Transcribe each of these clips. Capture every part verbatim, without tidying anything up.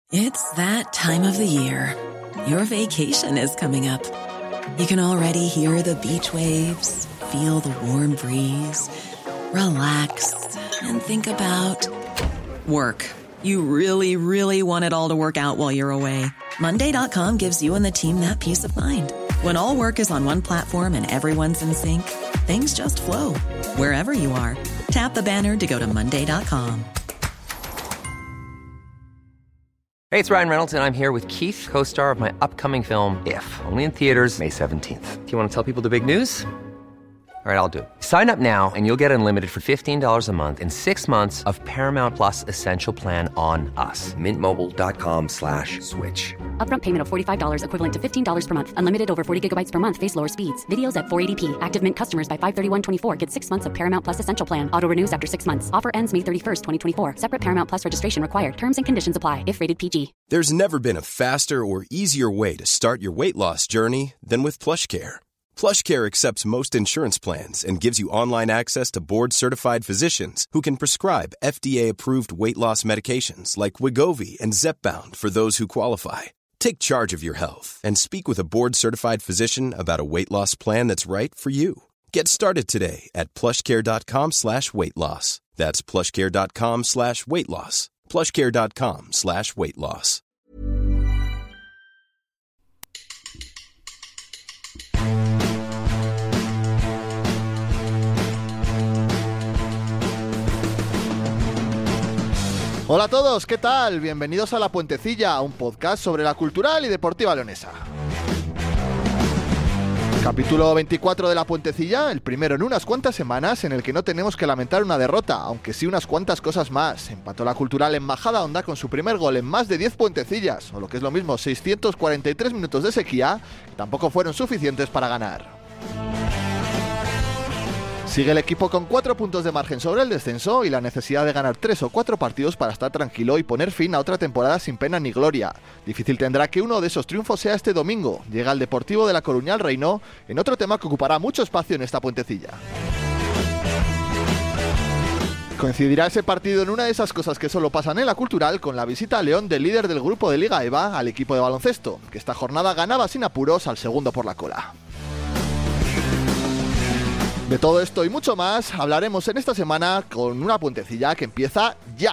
It's that time of the year. Your vacation is coming up. You can already hear the beach waves, feel the warm breeze, relax, and think about work. You really, really want it all to work out while you're away. Monday dot com gives you and the team that peace of mind. When all work is on one platform and everyone's in sync, things just flow. Wherever you are, tap the banner to go to Monday dot com. Hey, it's Ryan Reynolds, and I'm here with Keith, co-star of my upcoming film, If, only in theaters May seventeenth. Do you want to tell people the big news? All right, I'll do it. Sign up now and you'll get unlimited for fifteen dollars a month and six months of Paramount Plus Essential Plan on us. Mint Mobile dot com slash switch. Upfront payment of forty-five dollars equivalent to fifteen dollars per month. Unlimited over forty gigabytes per month. Face lower speeds. Videos at four eighty p. Active Mint customers by five thirty-one twenty-four get six months of Paramount Plus Essential Plan. Auto renews after six months. Offer ends May thirty-first, twenty twenty-four. Separate Paramount Plus registration required. Terms and conditions apply if rated P G. There's never been a faster or easier way to start your weight loss journey than with PlushCare. PlushCare accepts most insurance plans and gives you online access to board-certified physicians who can prescribe F D A-approved weight loss medications like Wegovy and Zepbound for those who qualify. Take charge of your health and speak with a board-certified physician about a weight loss plan that's right for you. Get started today at plushcare.com slash weight loss. That's plushcare.com slash weight loss. plushcare.com slash weight loss. Hola a todos, ¿qué tal? Bienvenidos a La Puentecilla, un podcast sobre la cultural y deportiva leonesa. Capítulo veinticuatro de La Puentecilla, el primero en unas cuantas semanas en el que no tenemos que lamentar una derrota, aunque sí unas cuantas cosas más. Empató la cultural en Majadahonda con su primer gol en más de diez puentecillas, o lo que es lo mismo, seiscientos cuarenta y tres minutos de sequía, que tampoco fueron suficientes para ganar. Sigue el equipo con cuatro puntos de margen sobre el descenso y la necesidad de ganar tres o cuatro partidos para estar tranquilo y poner fin a otra temporada sin pena ni gloria. Difícil tendrá que uno de esos triunfos sea este domingo. Llega el Deportivo de La Coruña al Reino, en otro tema que ocupará mucho espacio en esta puentecilla. Coincidirá ese partido en una de esas cosas que solo pasan en la cultural con la visita a León del líder del grupo de Liga EVA al equipo de baloncesto, que esta jornada ganaba sin apuros al segundo por la cola. De todo esto y mucho más hablaremos en esta semana con una puentecilla que empieza ya.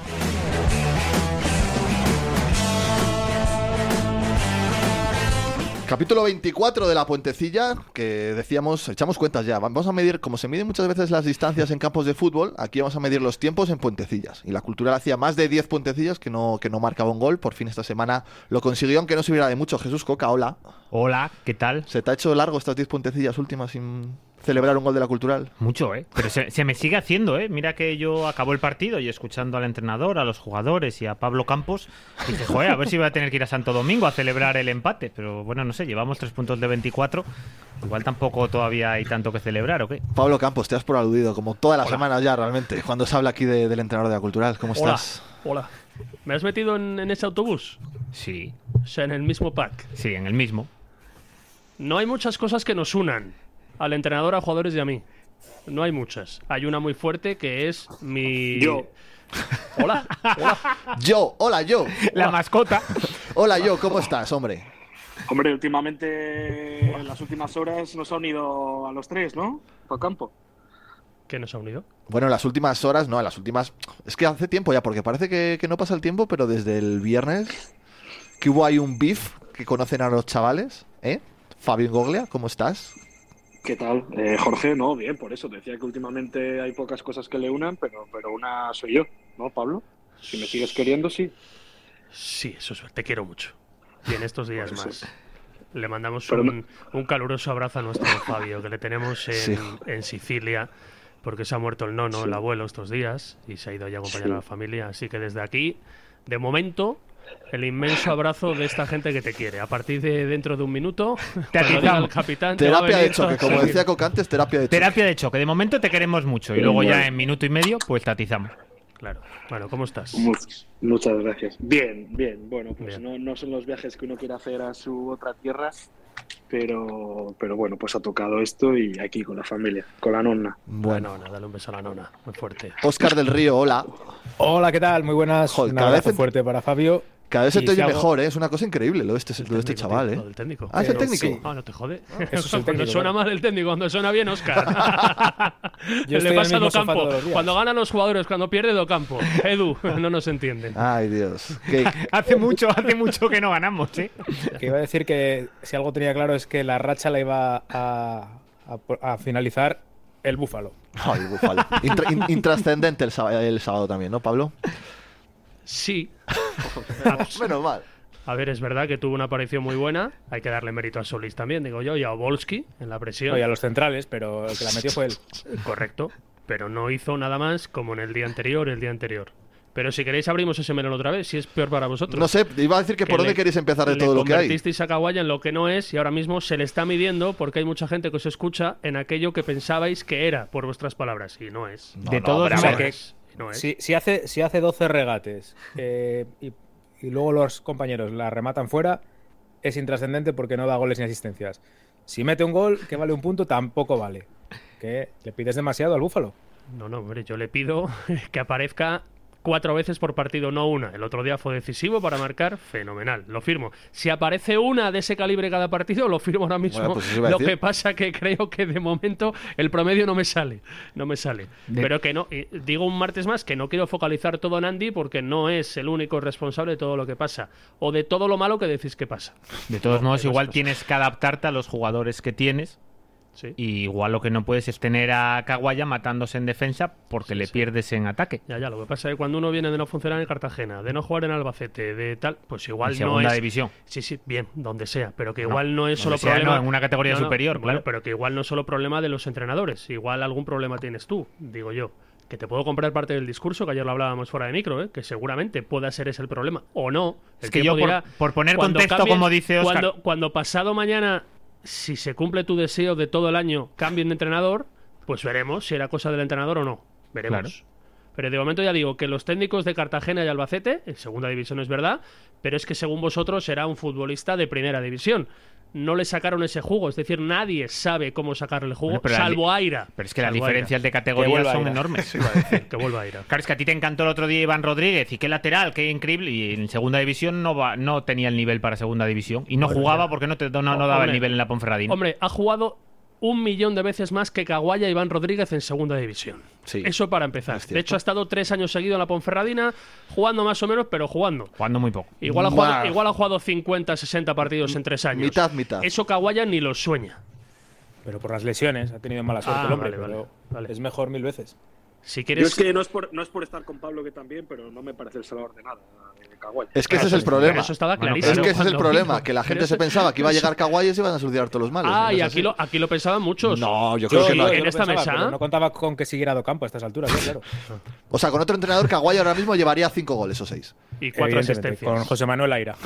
Capítulo veinticuatro de La Puentecilla, que decíamos, echamos cuentas ya, vamos a medir, como se miden muchas veces las distancias en campos de fútbol, aquí vamos a medir los tiempos en puentecillas. Y la cultural hacía más de diez puentecillas que no, que no marcaba un gol, por fin esta semana lo consiguió, aunque no sirviera de mucho. Jesús Coca, hola. Hola, ¿qué tal? ¿Se te ha hecho largo estas diez puentecillas últimas sin celebrar un gol de la cultural? Mucho, ¿eh? Pero se, se me sigue haciendo, ¿eh? Mira que yo acabo el partido y escuchando al entrenador, a los jugadores y a Pablo Campos, y dije, joder, a ver si voy a tener que ir a Santo Domingo a celebrar el empate. Pero bueno, no sé, llevamos tres puntos de veinticuatro. Igual tampoco todavía hay tanto que celebrar, ¿o qué? Pablo Campos, te has por aludido, como todas las semanas ya realmente, cuando se habla aquí de, del entrenador de la cultural. ¿Cómo Hola, estás? Hola. ¿Me has metido en, en ese autobús? Sí. O sea, en el mismo pack. Sí, en el mismo. No hay muchas cosas que nos unan al entrenador, a jugadores y a mí. No hay muchas. Hay una muy fuerte que es mi... Yo. Hola. Hola. Yo, hola yo. La mascota. Hola yo, ¿cómo estás, hombre? Hombre, últimamente, en las últimas horas nos ha unido a los tres, ¿no? Por campo. ¿Qué nos ha unido? Bueno, en las últimas horas, no, en las últimas... Es que hace tiempo ya, porque parece que, que no pasa el tiempo, pero desde el viernes que hubo ahí un beef que conocen a los chavales, ¿eh? Fabio Ingoglia, ¿cómo estás? ¿Qué tal? Eh, Jorge, no, bien, por eso. Te decía que últimamente hay pocas cosas que le unan, pero, pero una soy yo, ¿no, Pablo? Si me sigues queriendo, sí. Sí, eso es. Te quiero mucho. Y en estos días Pues más. sí. Le mandamos Pero un, no- un caluroso abrazo a nuestro Fabio, que le tenemos en, Sí. en Sicilia, porque se ha muerto el nono, Sí. el abuelo, estos días, y se ha ido ya a acompañar Sí. a la familia. Así que desde aquí, de momento, el inmenso abrazo de esta gente que te quiere. A partir de dentro de un minuto, Te cuando diga atizamos. el capitán, te va a Terapia de venir choque, todo- como decía Coca antes, terapia de choque. Terapia de choque. De momento te queremos mucho y luego ya en minuto y medio pues te atizamos. Claro. Bueno, ¿cómo estás? Muchas, muchas gracias. Bien, bien. Bueno, pues Bien. no, no son los viajes que uno quiere hacer a su otra tierra, pero, pero bueno, pues ha tocado esto y aquí con la familia, con la nonna. Bueno, Bueno, dale un beso a la nona, muy fuerte. Óscar del Río, hola. Hola, ¿qué tal? Muy buenas. Joder, Un cada abrazo vez en- fuerte para Fabio. Cada vez se Y te oye si algo- mejor, ¿eh? Es una cosa increíble lo de este, lo de este Técnico, chaval, tío, ¿eh? lo del técnico. Ah, es el Pero técnico. sí. Ah, no te jode. Eso es el Cuando técnico, suena claro. mal el técnico, cuando suena bien, Oscar. Yo estoy Le en el pasa a mismo sofá Docampo. todos los días. Cuando ganan los jugadores, cuando pierde Docampo. Edu, no nos entienden. Ay, Dios. Que- Hace mucho, hace mucho que no ganamos, ¿eh? Que iba a decir que si algo tenía claro es que la racha la iba a, a- a finalizar el Búfalo. Ay, Búfalo. Intra- in- intrascendente el, sábado- el sábado también, ¿no, Pablo? Sí. Menos mal. A ver, es verdad que tuvo una aparición muy buena. Hay que darle mérito a Solís también, digo yo, y a Obolski en la presión. Oye, a los centrales, pero el que la metió fue él. Correcto. Pero no hizo nada más como en el día anterior, el día anterior. Pero si queréis abrimos ese melón otra vez, si es peor para vosotros. No sé, iba a decir que, Que por dónde le- queréis empezar de le todo lo que hay. convertisteis a Kawhi en lo que no es y ahora mismo se le está midiendo porque hay mucha gente que os escucha en aquello que pensabais que era, por vuestras palabras, y no es. De todos pero a ver, modos. que- Y no es. Si, si hace, si hace doce regates eh, y, y luego los compañeros la rematan fuera, es intrascendente porque no da goles ni asistencias. Si mete un gol que vale un punto, tampoco vale. Que le pides demasiado al Búfalo. No, no, hombre, yo le pido que aparezca cuatro veces por partido, no una. El otro día fue decisivo para marcar, fenomenal, lo firmo. Si aparece una de ese calibre cada partido, lo firmo ahora mismo. Bueno, pues eso iba a Lo decir. que pasa que creo que de momento el promedio no me sale, no me sale. De- Pero que no, y digo un martes más que no quiero focalizar todo en Andy porque no es el único responsable de todo lo que pasa o de todo lo malo que decís que pasa. De todos No, modos, hay más igual cosas. tienes que adaptarte a los jugadores que tienes. Sí. Y igual lo que no puedes es tener a Kawhi matándose en defensa porque le pierdes en ataque. Ya, ya, lo que pasa es que cuando uno viene de no funcionar en Cartagena, de no jugar en Albacete, de tal, pues igual En no segunda es... división. Sí, sí, bien, donde sea, pero que No, igual no es donde solo sea, problema... no, en una categoría superior, bueno, claro. pero que igual no es solo problema de los entrenadores, igual algún problema tienes tú, digo yo. Que te puedo comprar parte del discurso, que ayer lo hablábamos fuera de micro, ¿eh? Que seguramente pueda ser ese el problema, o no. El Es que tiempo yo, por- dirá, por poner cuando contexto, cambien- como dice Óscar- Cuando, cuando pasado mañana, si se cumple tu deseo de todo el año, cambien de entrenador, pues veremos si era cosa del entrenador o no. Veremos. Claro. Pero de momento ya digo que los técnicos de Cartagena y Albacete, en segunda división es verdad, pero es que según vosotros será un futbolista de primera división. No le sacaron ese jugo, es decir, nadie sabe cómo sacarle el jugo, Bueno, pero la salvo li- Aira. Pero es que las Salvo diferencias de Que categoría vuelva son Aira. enormes. Aira. Que vuelva a ir. Claro, es que a ti te encantó el otro día Iván Rodríguez y qué lateral, qué increíble. Y en segunda división no va, no tenía el nivel para segunda división. Y no Bueno, jugaba ya. porque no, te, no, no daba Hombre, el nivel en la Ponferradina. Hombre, ha jugado un millón de veces más que Kawhi y Iván Rodríguez en segunda división. Sí. Eso para empezar. Es cierto. De hecho, ha estado tres años seguidos en la Ponferradina, jugando más o menos, pero jugando. Jugando muy poco. Igual ha, jugado, Buah. igual ha jugado cincuenta, sesenta partidos en tres años. Mitad, mitad. Eso Kawhi ni lo sueña. Pero por las lesiones ha tenido mala suerte Ah, el hombre. vale, pero vale, vale. es mejor mil veces. Si Yo quieres... es que no es, por, no es por estar con Pablo que también, pero no me parece el salvador de nada, de Kawhi. Es que ese es el Pero problema. eso estaba Bueno, clarísimo. Es que ese es el cuando problema, vino. que la Pero gente eso- se pensaba que iba a llegar Kawhi y se iban a solucionar todos los males. Ah, ¿no y es aquí así? lo, aquí lo pensaban muchos. No, yo creo que sí, no. en lo esta pensaba, mesa. pero no contaba con que siguiera Docampo a estas alturas, ya, claro. O sea, con otro entrenador, Kawhi ahora mismo llevaría cinco goles o seis. Y cuatro Evidentemente, asistencias. con José Manuel Aira.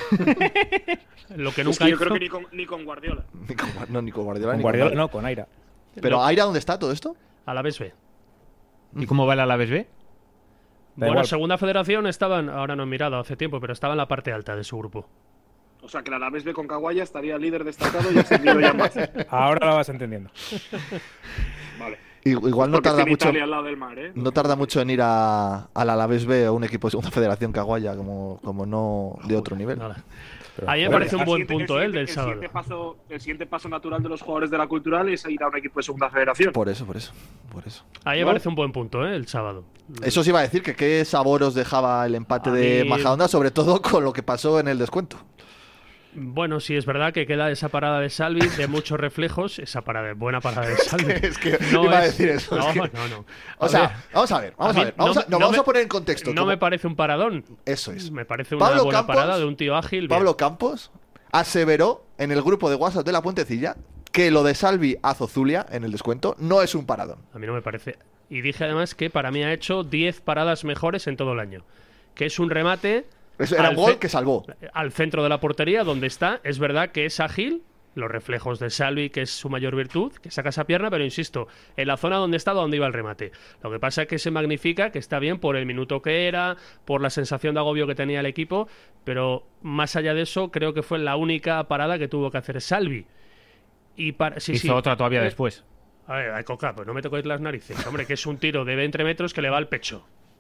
Lo que Es nunca que yo hizo. creo que ni con, ni con Guardiola. Ni con, no, ni con Guardiola Con ni Guardiola, con no, con Aira. Pero No. ¿Aira dónde está todo esto? A la vez B. ¿Y cómo va el Alavés B? Da Bueno, igual. segunda federación estaban, ahora no he mirado hace tiempo, pero estaba en la parte alta de su grupo. O sea, que la Alavés B con Kawhi estaría líder destacado y ascendido ya más. Ahora lo vas entendiendo. Vale. I- Igual no Porque tarda estoy en mucho. Italia, al lado del mar, ¿eh? No tarda mucho en ir a, al Alavés B o un equipo de segunda federación Kawhi, como, como no de otro nivel. Nada. Pero, Ahí me joder, parece un El buen siguiente- punto, el ¿eh? El siguiente- del el sábado. siguiente paso, el siguiente paso natural de los jugadores de la cultural es ir a un equipo de segunda federación. Por eso, por eso, por eso. Ahí me ¿No? parece un buen punto, ¿eh? El sábado. Eso sí iba a decir que qué sabor os dejaba el empate A de mí- Majadahonda, sobre todo con lo que pasó en el descuento. Bueno, sí, es verdad que queda esa parada de Salvi de muchos reflejos. Esa parada, buena parada de Salvi. Es que iba a decir eso, No, es que- no, no. O A sea, ver, vamos a ver, vamos a a, mí ver. Vamos, no a, me- no, no vamos me- a poner en contexto. No como- me parece un paradón. Eso es. Me parece una Pablo buena Campos- parada de un tío ágil. bien. Pablo Campos aseveró en el grupo de WhatsApp de la Puentecilla que lo de Salvi a Zozulia en el descuento no es un paradón. A mí no me parece. Y dije además que para mí ha hecho diez paradas mejores en todo el año. Que es un remate Eso era al un gol ce- que salvó. al centro de la portería, donde está. Es verdad que es ágil. Los reflejos de Salvi, que es su mayor virtud, que saca esa pierna, pero insisto, en la zona donde está, donde iba el remate. Lo que pasa es que se magnifica, que está bien por el minuto que era, por la sensación de agobio que tenía el equipo, pero más allá de eso, creo que fue la única parada que tuvo que hacer Salvi. Y para, sí, Hizo sí. otra todavía Eh, después. A ver, ay, Coca, pues no me toquéis las narices, hombre, que es un tiro de veinte metros que le va al pecho.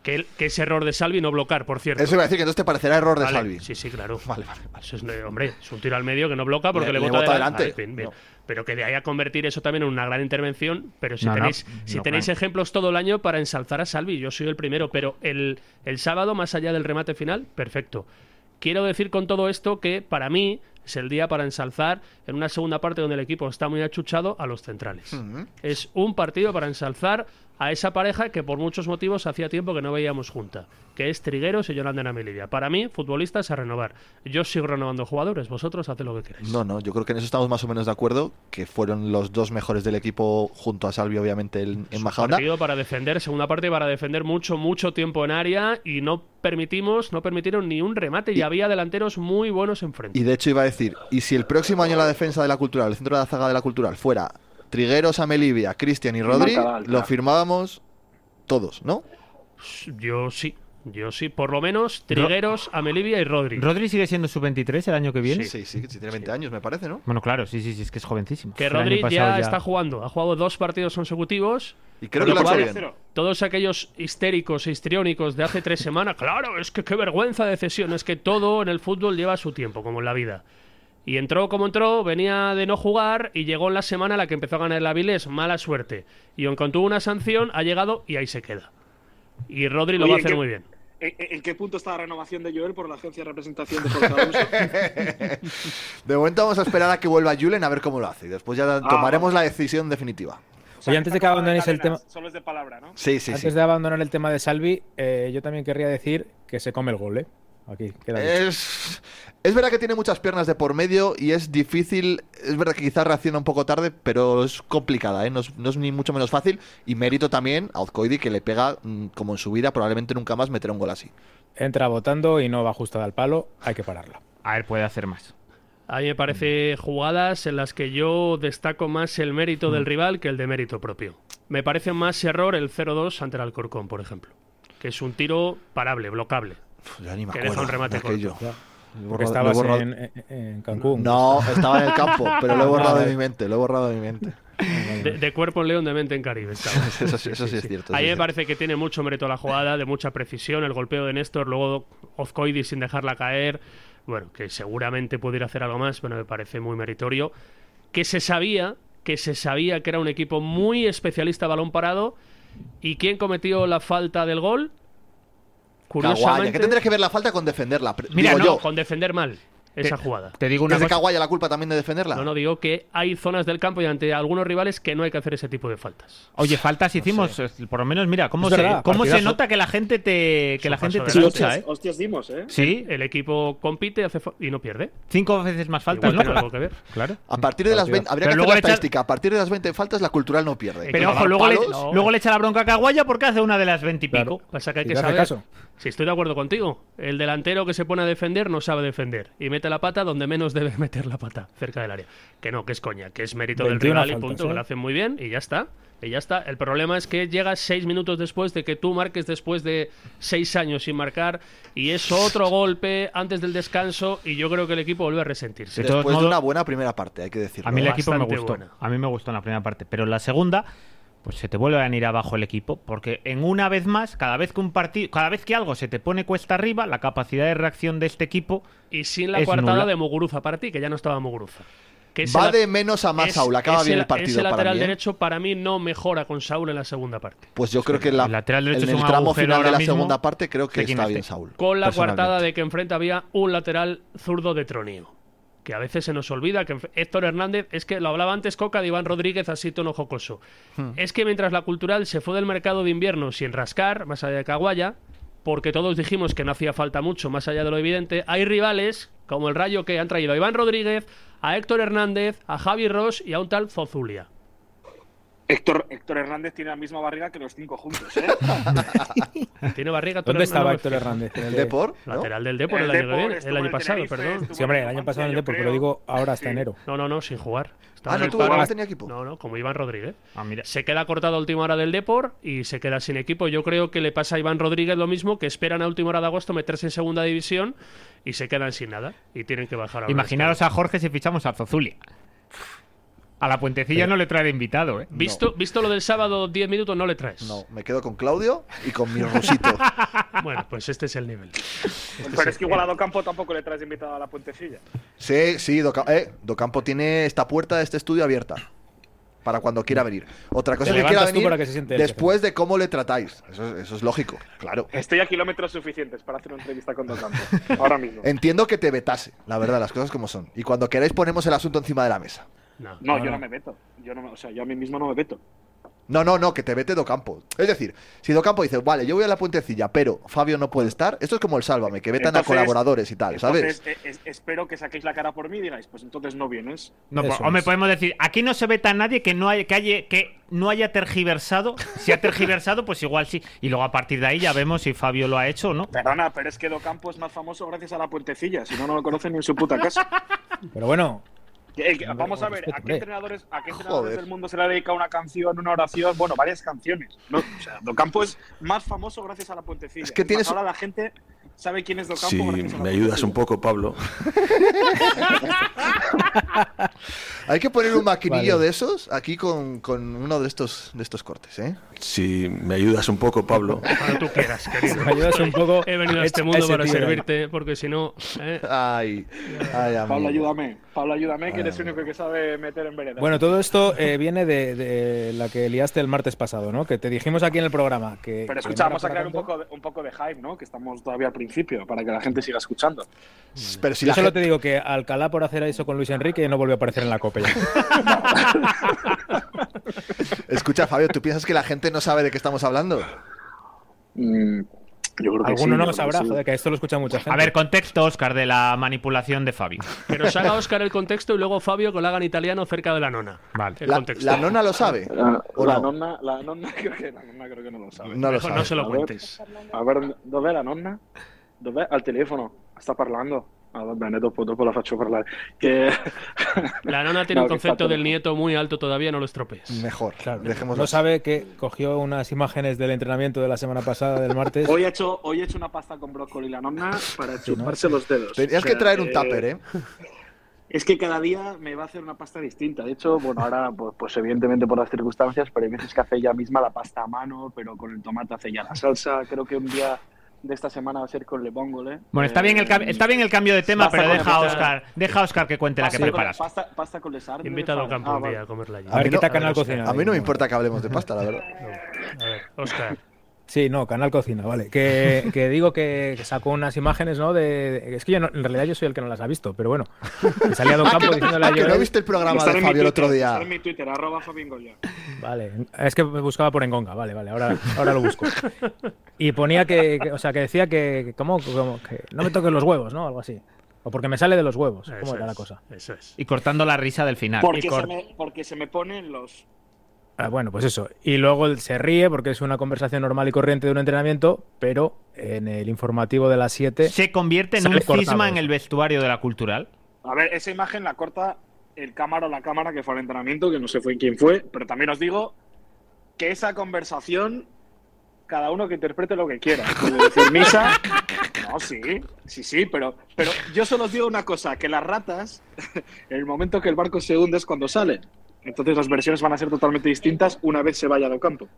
Que, que es error de Salvi no bloquear, por cierto. Eso iba a decir, que entonces te parecerá error de Vale, Salvi. Sí, sí, claro. Vale, vale, vale. Eso es, hombre, es un tiro al medio que no bloca porque Le- le, le bota bota adelante. adelante. Vale, bien, bien. No. Pero que de ahí a convertir eso también en una gran intervención. Pero si No, no, tenéis, si no, tenéis claro. ejemplos todo el año para ensalzar a Salvi, yo soy el primero. Pero el, el sábado, más allá del remate final, perfecto. Quiero decir con todo esto que para mí es el día para ensalzar en una segunda parte donde el equipo está muy achuchado a los centrales. Ujú. Es un partido para ensalzar a esa pareja que por muchos motivos hacía tiempo que no veíamos junta, que es Trigueros y Yolanda Melilla. Para mí, futbolistas a renovar. Yo sigo renovando jugadores, vosotros haced lo que queráis. No, no, yo creo que en eso estamos más o menos de acuerdo, que fueron los dos mejores del equipo junto a Salvi, obviamente, en, en Majadahonda. Partido para defender, segunda parte para defender mucho, mucho tiempo en área y no permitimos, no permitieron ni un remate y, Y- había delanteros muy buenos enfrente. Y de hecho iba a decir, y si el próximo año la defensa de la Cultural, el centro de la zaga de la Cultural, fuera Trigueros, Amelivia, Cristian y Rodri, marca alta. lo firmábamos todos, ¿no? Yo sí, yo sí. Por lo menos Trigueros, Amelivia y Rodri. ¿Rodri sigue siendo sub veintitrés el año que viene? Sí, sí, sí, tiene veinte años, me parece, ¿no? Bueno, claro, sí, sí, sí, es que es jovencísimo. Que El año Rodri pasado ya, está jugando. Ha jugado dos partidos consecutivos. Y creo Con que lo lo ha hecho cual, bien. todos aquellos histéricos e histriónicos de hace tres semanas, claro, es que qué vergüenza de cesión, es que todo en el fútbol lleva su tiempo, como en la vida. Y entró como entró, venía de no jugar y llegó en la semana en la que empezó a ganar el Avilés, mala suerte. Y aunque tuvo una sanción, ha llegado y ahí se queda. Y Rodri lo Oye, va a ¿en hacer qué- muy bien. ¿En, en qué punto está la renovación de Joel por la agencia de representación de Jorge Alonso? De momento vamos a esperar a que vuelva Julen a ver cómo lo hace. Y después ya tomaremos la decisión definitiva. O sea, Oye, antes de está que como abandonéis el cadenas, tema- Solo es de palabra, ¿no? Sí, sí, Antes sí. de abandonar el tema de Salvi, eh, yo también querría decir que se come el gol, ¿eh? Aquí, queda dicho. Es, es verdad que tiene muchas piernas de por medio y es difícil. Es verdad que quizás reacciona un poco tarde, pero es complicada, ¿eh? No es, no es ni mucho menos fácil. Y mérito también a Ozcoidi, que le pega, mm, como en su vida, probablemente nunca más meterá un gol así. Entra votando y no va ajustada al palo, hay que pararla. A ver, puede hacer más. A mí me parece jugadas en las que yo destaco más el mérito del rival que el de mérito propio. Me parece más error el cero dos ante el Alcorcón, por ejemplo. Que es un tiro parable, blocable. Uf, ya ni me Que acuerdo deja un remate de aquello. Ya. Lo he Porque borrado- estabas lo he borrado- en, en- en Cancún. No, estaba en el campo, pero lo he borrado de Vale. mi mente. Lo he borrado de mi mente. De, de cuerpo en León, de mente en Caribe. estaba. Eso sí, eso sí es cierto. A eso mí es me parece que tiene mucho mérito la jugada, de mucha precisión, el golpeo de Néstor, luego Ozcoidi sin dejarla caer. Bueno, que seguramente pudiera hacer algo más, pero me parece muy meritorio. Que se sabía, que se sabía que era un equipo muy especialista a balón parado. ¿Y quién cometió la falta del gol? Caguaya. Curiosamente, ¿Qué tendría que ver la falta con defenderla? Pre- Mira, digo no, yo. con defender mal esa jugada. Te digo una ¿Es de cosa. Caguaya la culpa también de defenderla? No, no, digo que hay zonas del campo y ante algunos rivales que no hay que hacer ese tipo de faltas. Oye, faltas hicimos, eh, por lo menos, mira, cómo, Es se, verdad, cómo se partidazo. nota que la gente te, que la Eso gente pasó te de escucha, hostias, ¿eh? hostias dimos, ¿eh? Sí, El equipo compite hace fa- y no pierde. cinco veces más faltas, Igual ¿no? tiene algo que ver. Claro. A partir de las veinte, habría Pero que hacer luego la le echa- estadística. A partir de las veinte faltas, la cultural no pierde. Pero que ojo, luego le, palos, no. luego le echa la bronca a Caguaya porque hace una de las veinte y Claro. pico. Pasa que hay Si que te hace saber. caso. Si estoy de acuerdo contigo, el delantero que se pone a defender no sabe defender y mete la pata donde menos debe meter la pata, cerca del área. Que no, que es coña, que es mérito del veintiuna rival y faltas, punto, ¿eh? que lo hacen muy bien y ya está. Y ya está. El problema es que llegas seis minutos después de que tú marques después de seis años sin marcar y es otro golpe antes del descanso y yo creo que el equipo vuelve a resentirse. De todos Después de modos- una buena primera parte, hay que decirlo. A mí el equipo me Bastante gustó. buena. A mí me gustó en la primera parte. Pero en la segunda, pues se te vuelve a venir abajo el equipo. Porque en una vez más, cada vez que un partido, cada vez que algo se te pone cuesta arriba, la capacidad de reacción de este equipo. Y sin la es coartada nula. de Muguruza para ti, que ya no estaba Muguruza. Que ese Va la- de menos a más es- Saúl. Acaba ese bien la- el partido Ese para lateral mí, ¿eh? derecho para mí no mejora con Saúl en la segunda parte. Pues yo creo que la, el lateral derecho en es el un tramo agujero final de ahora la mismo. segunda parte creo que ¿De quién está esté? bien Saúl. Con la personalmente. coartada de que enfrente había un lateral zurdo de tronío. Que a veces se nos olvida que enf- Héctor Hernández, es que lo hablaba antes Coca de Iván Rodríguez, así tono jocoso. Hmm. Es que mientras la cultural se fue del mercado de invierno sin rascar, más allá de Caguaya, porque todos dijimos que no hacía falta mucho, más allá de lo evidente, hay rivales como el Rayo que han traído a Iván Rodríguez, a Héctor Hernández, a Javi Ross y a un tal Zozulia. Héctor, Héctor Hernández tiene la misma barriga que los cinco juntos, ¿eh? Tiene barriga. Héctor ¿Dónde Hernández, estaba no me Héctor fijo. Hernández? ¿En el Depor? ¿no? Lateral del Depor El el, año Depor que viene, estuvo el en año el pasado, Tenerife, perdón. estuvo Sí, hombre, el en año Numancia, pasado en el yo Depor, creo. pero digo ahora hasta Sí. enero. No, no, no, sin jugar. Estaba Ah, en no el tuvo, paro. no tenía equipo. No, no, como Iván Rodríguez. Ah, mira. Se queda cortado a última hora del Depor y se queda sin equipo. Yo creo que le pasa a Iván Rodríguez lo mismo, que esperan a última hora de agosto meterse en segunda división y se quedan sin nada y tienen que bajar a Imaginaros a Jorge si fichamos a Zozulia. A la Puentecilla Pero- no le trae de invitado, ¿eh? Visto, visto lo del sábado, diez minutos no le traes. No, me quedo con Claudio y con mi rusito. Bueno, pues este es el nivel. Este Pero es es que el- igual a Docampo tampoco le traes invitado a la Puentecilla. Sí, sí, Doca- eh, Docampo tiene esta puerta de este estudio abierta para cuando quiera venir. Otra cosa Te es que quiera levantas tú venir para que se siente él, después de cómo le tratáis. Eso, es- eso es lógico, claro. Estoy a kilómetros suficientes para hacer una entrevista con Docampo. Ahora mismo. Entiendo que te vetase, la verdad, las cosas como son. Y cuando queráis ponemos el asunto encima de la mesa. No. No, yo no me veto. Yo no, me- o sea, yo a mí mismo no me veto. No, no, no, que te vete Docampo. Es decir, si Docampo dice, vale, yo voy a la Puentecilla, pero Fabio no puede estar, esto es como el Sálvame, que vetan Entonces- a colaboradores y tal, ¿sabes? Entonces, eh, es- espero que saquéis la cara por mí y digáis, pues entonces no vienes. No, Eso pues, hombre, es. podemos decir, aquí no se veta a nadie que no haya, que haya, que no haya tergiversado. Si ha tergiversado, pues igual sí. Y luego a partir de ahí ya vemos si Fabio lo ha hecho o no. Perdona, pero es que Docampo es más famoso gracias a la Puentecilla. Si no, no lo conocen ni en su puta casa. Pero bueno, Eh, que- Vamos a ver, ¿a qué hombre. entrenadores, a qué entrenadores Joder. del mundo se le ha dedicado una canción, una oración? Bueno, varias canciones. ¿no? O sea, Docampo es más famoso gracias a la Puentecilla. Es que más, tienes- ahora la gente sabe quién es Docampo Si gracias a la me ayudas Puentecilla. un poco, Pablo. Hay que poner un maquinillo Vale. de esos aquí con, con uno de estos, de estos cortes, ¿eh? Si me ayudas un poco, Pablo. Cuando tú quieras, querido. me ayudas un poco. He venido a este echa mundo ese para tío ahí. servirte, porque si no. ¿eh? Ay, ay, amigo. Pablo, ayúdame. Pablo, ayúdame, que eres el único que sabe meter en vereda. Bueno, todo esto eh, viene de, de la que liaste el martes pasado, ¿no? Que te dijimos aquí en el programa que. Pero que escucha, no era vamos a para crear un tanto. poco, de, un poco de hype, ¿no? Que estamos todavía al principio, para que la gente siga escuchando. Pero si Yo la solo gente- te digo que Alcalá por hacer eso con Luis Enrique no volvió a aparecer en la Copa ya. Escucha, Fabio, ¿tú piensas que la gente no sabe de qué estamos hablando? Mm, yo creo que Alguno sí, no yo lo creo que sabrá, sí. joder, que esto lo escucha mucha gente. A ver, contexto, Óscar, de la manipulación de Fabio. Que nos haga Óscar el contexto y luego Fabio que lo haga en italiano cerca de la nona. Vale. El La, contexto. la nonna lo sabe. La, ¿O la no? nonna, la nonna creo que, la nonna creo que no lo sabe. No lo Mejor sabe. no se lo A ver. cuentes. A ver, dov'è la nonna? Dov'è? Al telefono. Sta parlando. Ah, va bene, dopo, dopo la faccio parlare. Que... La nona tiene No, un que concepto está del todo- nieto muy alto todavía, no lo estropees. Mejor, Claro, dejémoslo no así. sabe que cogió unas imágenes del entrenamiento de la semana pasada, del martes. Hoy he, hecho, hoy he hecho una pasta con brócoli la nonna para chuparse los dedos. Tenías O sea, que traer un eh, tupper, ¿eh? Es que cada día me va a hacer una pasta distinta. De hecho, bueno, ahora, pues, pues evidentemente por las circunstancias, pero hay veces que hace ella misma la pasta a mano, pero con el tomate hace ya la salsa. Creo que un día de esta semana va a ser con le bongole. Bueno, está bien el, cam- está bien el cambio de tema, Basta pero con deja a la Óscar, deja a Óscar que cuente la que Pasta con- preparas. Pasta, pasta con les arde, Invitado al ¿sabes? campo Ah, un día vale. a comerla allí. A ver, mí quita no- Canal a ver, Cocina. A mí no me importa que hablemos de pasta, la verdad. A ver, Óscar. Sí, no, Canal Cocina, vale. Que, que digo que, que sacó unas imágenes, ¿no? De, de- es que yo no- en realidad yo soy el que no las ha visto, pero bueno. Que salía a Docampo diciéndole a Que no Joel- viste el programa Estar de en mi Fabio el Twitter, otro estar día. en mi Twitter, arroba Fabien Goya. Vale, es que me buscaba por Engonga, vale, vale, ahora, ahora lo busco. Y ponía que, que- o sea, que decía que, que ¿cómo? Como que no me toques los huevos, ¿no? Algo así. O porque me sale de los huevos, ¿cómo Eso era la es, cosa? Eso es. Y cortando la risa del final. Porque, Y se cor- me, porque se me ponen los... Ah, bueno, pues eso. Y luego él se ríe porque es una conversación normal y corriente de un entrenamiento, pero en el informativo de las siete Se convierte en Sale un cortado cisma en eso. el vestuario de la cultural. A ver, esa imagen la corta el cámara o la cámara que fue al entrenamiento, que no sé fue quién fue, pero también os digo que esa conversación, cada uno que interprete lo que quiera. Como decir misa, no, sí, sí, sí, pero, pero yo solo os digo una cosa, que las ratas, en el momento que el barco se hunde es cuando salen. Entonces las versiones van a ser totalmente distintas una vez se vaya del campo.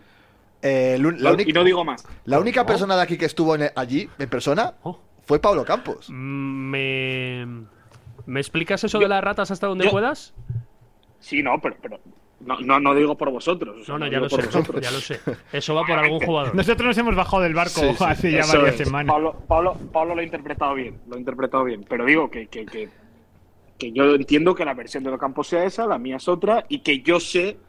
Eh, lu- la, y única- no digo más. la única persona de aquí que estuvo en- allí, en persona, Oh. fue Pablo Campos. ¿Me, ¿Me explicas eso Yo- de las ratas hasta donde yo- puedas? Sí, no, pero, pero no, no, no digo por vosotros. o sea, No, no, no ya digo lo por sé, vosotros. ya lo sé. Eso va por algún jugador. Nosotros nos hemos bajado del barco Sí, sí, hace ya Eso varias es. semanas. Pablo, Pablo, Pablo lo ha interpretado bien, lo ha interpretado bien. Pero digo que, que, que, que yo entiendo que la versión de Docampo sea esa, la mía es otra, y que yo sé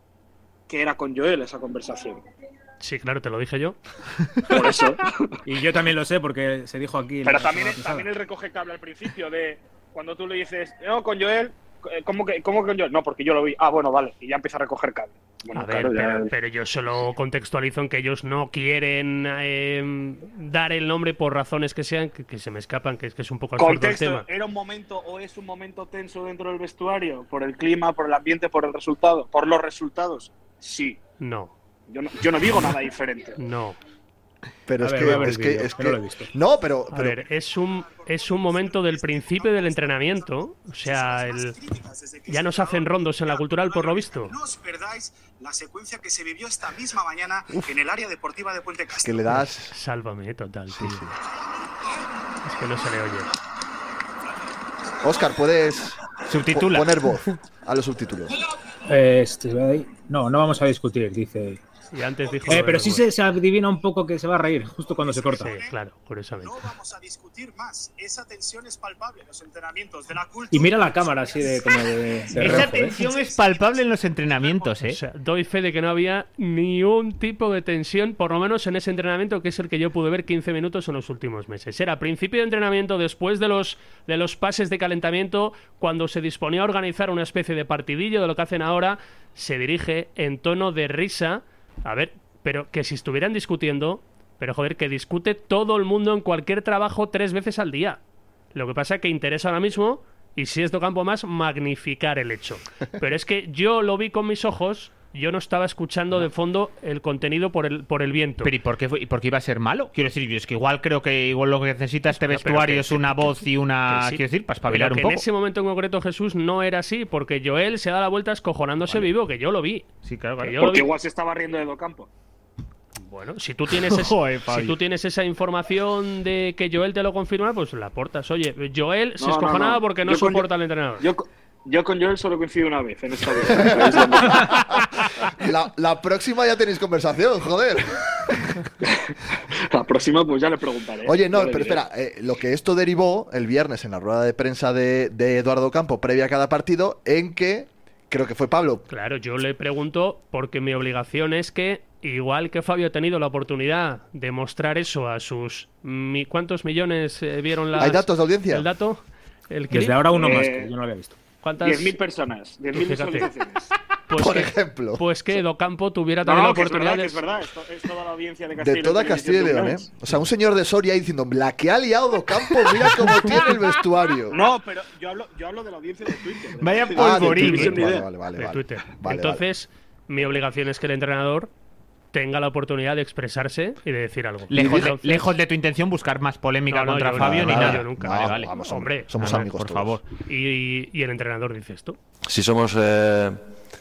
que era con Joel esa conversación. Sí, claro, te lo dije yo. Por eso. Y yo también lo sé porque se dijo aquí. Pero la también, semana pasada. también él recoge cable al principio de cuando tú le dices, no, con Joel, eh, ¿cómo que, cómo que con Joel? No, porque yo lo vi. Ah, bueno, vale. Y ya empieza a recoger cable. Bueno, A ver, claro, ya- pero, pero yo solo contextualizo en que ellos no quieren eh, dar el nombre por razones que sean, que, que se me escapan, que es que es un poco absurdo el Contexto, tema. ¿era un momento o es un momento tenso dentro del vestuario? ¿Por el clima, por el ambiente, por el resultado? ¿Por los resultados? Sí. No, Yo no, yo no digo nada diferente. no. Pero A es ver, que, voy a ver es el que, vídeo, es que que- no lo he visto. No, pero, A pero ver, es un, es un momento del principio del entrenamiento. O sea, el, ya nos hacen rondos en la cultural, por lo visto. No os perdáis la secuencia que se vivió esta misma mañana en el área deportiva de Puente es que Castro. le das. Sálvame, total, tío. Es que no se le oye. Óscar, puedes Subtitula. po- poner voz a los subtítulos. Este, ahí. No, no vamos a discutir, dice. Y antes dijo. Eh, lo pero del sí gol. se, se adivina un poco que se va a reír justo cuando se corta. Sí, claro, curiosamente. No vamos a discutir más. Esa tensión es palpable en los entrenamientos de la cultura. Y mira la cámara así de como de, de Esa reojo, ¿eh? tensión es palpable en los entrenamientos, O ¿eh? sea, doy fe de que no había ni un tipo de tensión, por lo menos en ese entrenamiento, que es el que yo pude ver quince minutos en los últimos meses. Era principio de entrenamiento, después de los, de los pases de calentamiento, cuando se disponía a organizar una especie de partidillo de lo que hacen ahora, se dirige en tono de risa. A ver, pero que si estuvieran discutiendo, pero joder, que discute todo el mundo en cualquier trabajo tres veces al día. Lo que pasa es que interesa ahora mismo, y si es Docampo más, magnificar el hecho. Pero es que yo lo vi con mis ojos, yo no estaba escuchando de fondo el contenido por el, por el viento. Pero ¿y por qué, fue- y por qué iba a ser malo? Quiero decir, yo es que igual creo que igual lo que necesita este Pero vestuario que- es una voz y una... que sí. Quiero decir, para espabilar Pero un que poco. en ese momento en concreto, Jesús, no era así, porque Joel se da la vuelta escojonándose vivo, que yo lo vi. Sí, claro, Que claro. yo lo Porque vi. igual se estaba riendo de Docampo. Bueno, si tú tienes es- Joder, si Fabio. tú tienes esa información de que Joel te lo confirma, pues la aportas. Oye, Joel se No, no, escojonaba no. porque no Yo con- soporta al entrenador. Yo, co- yo con Joel solo coincido una vez en esta vida. La, la próxima ya tenéis conversación, joder. La próxima pues ya le preguntaré. Oye, no, Ya le pero diré. espera, eh, lo que esto derivó el viernes en la rueda de prensa de, de Eduardo Campo previa a cada partido, en que creo que fue Pablo. Claro, yo le pregunto porque mi obligación es que, igual que Fabio ha tenido la oportunidad de mostrar eso a sus... mi- ¿Cuántos millones eh, vieron las, ¿Hay datos de audiencia? el dato? ¿El clip? Desde ahora uno Eh, más, que yo no lo había visto. ¿Cuántas? diez mil personas, diez mil Fíjate. visualizaciones. Pues por que, ejemplo. Pues que Docampo tuviera No, también no, la que es oportunidad verdad, que de... es verdad. Esto es toda la audiencia de Castilla De toda y Castilla y León, ¿eh? O sea, un señor de Soria ahí diciendo, la que ha liado Docampo, mira cómo tiene el vestuario. No, pero yo hablo, yo hablo de la audiencia de Twitter. de la Vaya audiencia de polvorín, Twitter, ¿eh? ni Vale, idea. vale, vale, de vale. Twitter. Vale, Entonces, mi obligación es que el entrenador tenga la oportunidad de expresarse y de decir algo. Lejos, de, Entonces- lejos de tu intención buscar más polémica No, no, contra yo Fabio no, ni no, nada. yo nunca. No, Vale, vale. vamos, Hombre, somos a ver, amigos por todos. favor. Y, y el entrenador dice esto. Si somos eh,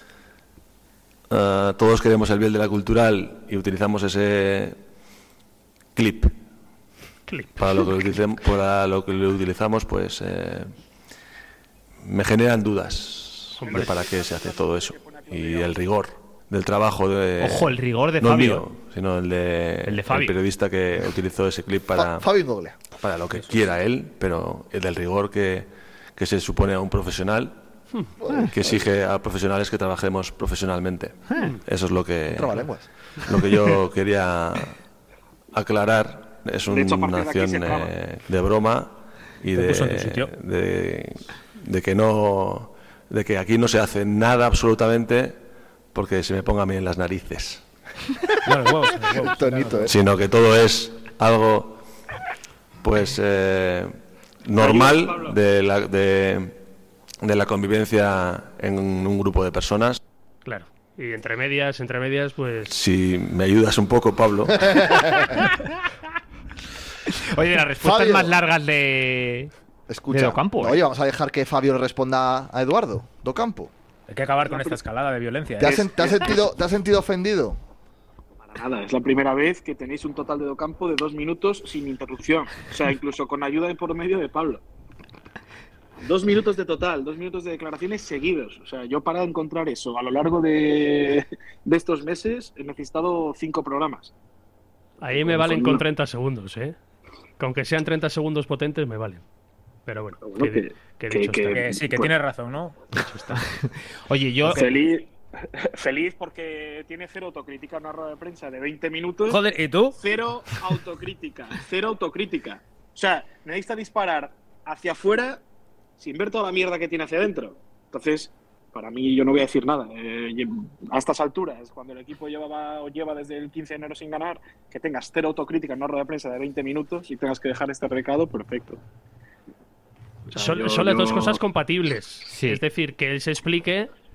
eh, todos queremos el bien de la cultural y utilizamos ese clip Clip. para lo que lo utilicem- para lo que lo utilizamos, pues eh, me generan dudas de para qué se hace todo eso y el rigor del trabajo de Ojo, el rigor de no el Fabio. mío, sino el de El de Fabio. periodista que utilizó ese clip para Fa- Fabio Ingogle. para lo que quiera él, pero el del rigor que, que se supone a un profesional, que exige a profesionales que trabajemos profesionalmente. Eso es lo que, Trabalenguas. lo que yo quería aclarar. Es De hecho, a una partir de aquí acción se traba. eh, de broma y Te de, puso en tu sitio. de, de que no, de que aquí no se hace nada absolutamente porque se me ponga a mí en las narices, No, los huevos, los huevos. Tonito, ¿eh? sino que todo es algo pues eh, normal de la, de, de la convivencia en un grupo de personas. Claro. Y entre medias, entre medias, pues... Si me ayudas un poco, Pablo. Oye, las respuestas Fabio. más largas de... Escucha. De Docampo, No, ¿eh? oye, vamos a dejar que Fabio le responda a Eduardo Docampo. Hay que acabar con esta escalada de violencia. ¿Te ¿eh? has, sen- te has sentido, ¿Te has sentido ofendido? Para nada, es la primera vez que tenéis un total de Docampo de dos minutos sin interrupción. O sea, incluso con ayuda de por medio de Pablo. Dos minutos de total, dos minutos de declaraciones seguidos. O sea, yo para encontrar eso a lo largo de, de estos meses he necesitado cinco programas. Ahí me Con- valen con- con treinta segundos, ¿eh? Que aunque sean treinta segundos potentes, me valen. Pero bueno, Pero bueno, que, que- que que- dicho que- está. Que sí, que Pues- tienes razón, ¿no? Oye, yo... Feliz, feliz porque tiene cero autocrítica en una rueda de prensa de veinte minutos. Joder, ¿y tú? Cero autocrítica, cero autocrítica. O sea, necesita disparar hacia afuera sin ver toda la mierda que tiene hacia adentro. Entonces, para mí, yo no voy a decir nada. Eh, a estas alturas, cuando el equipo llevaba o lleva desde el quince de enero sin ganar, que tengas cero autocrítica en una rueda de prensa de veinte minutos y tengas que dejar este recado, perfecto. O sea, Son, yo- son las dos yo- cosas compatibles. Sí. Es decir, que él se explique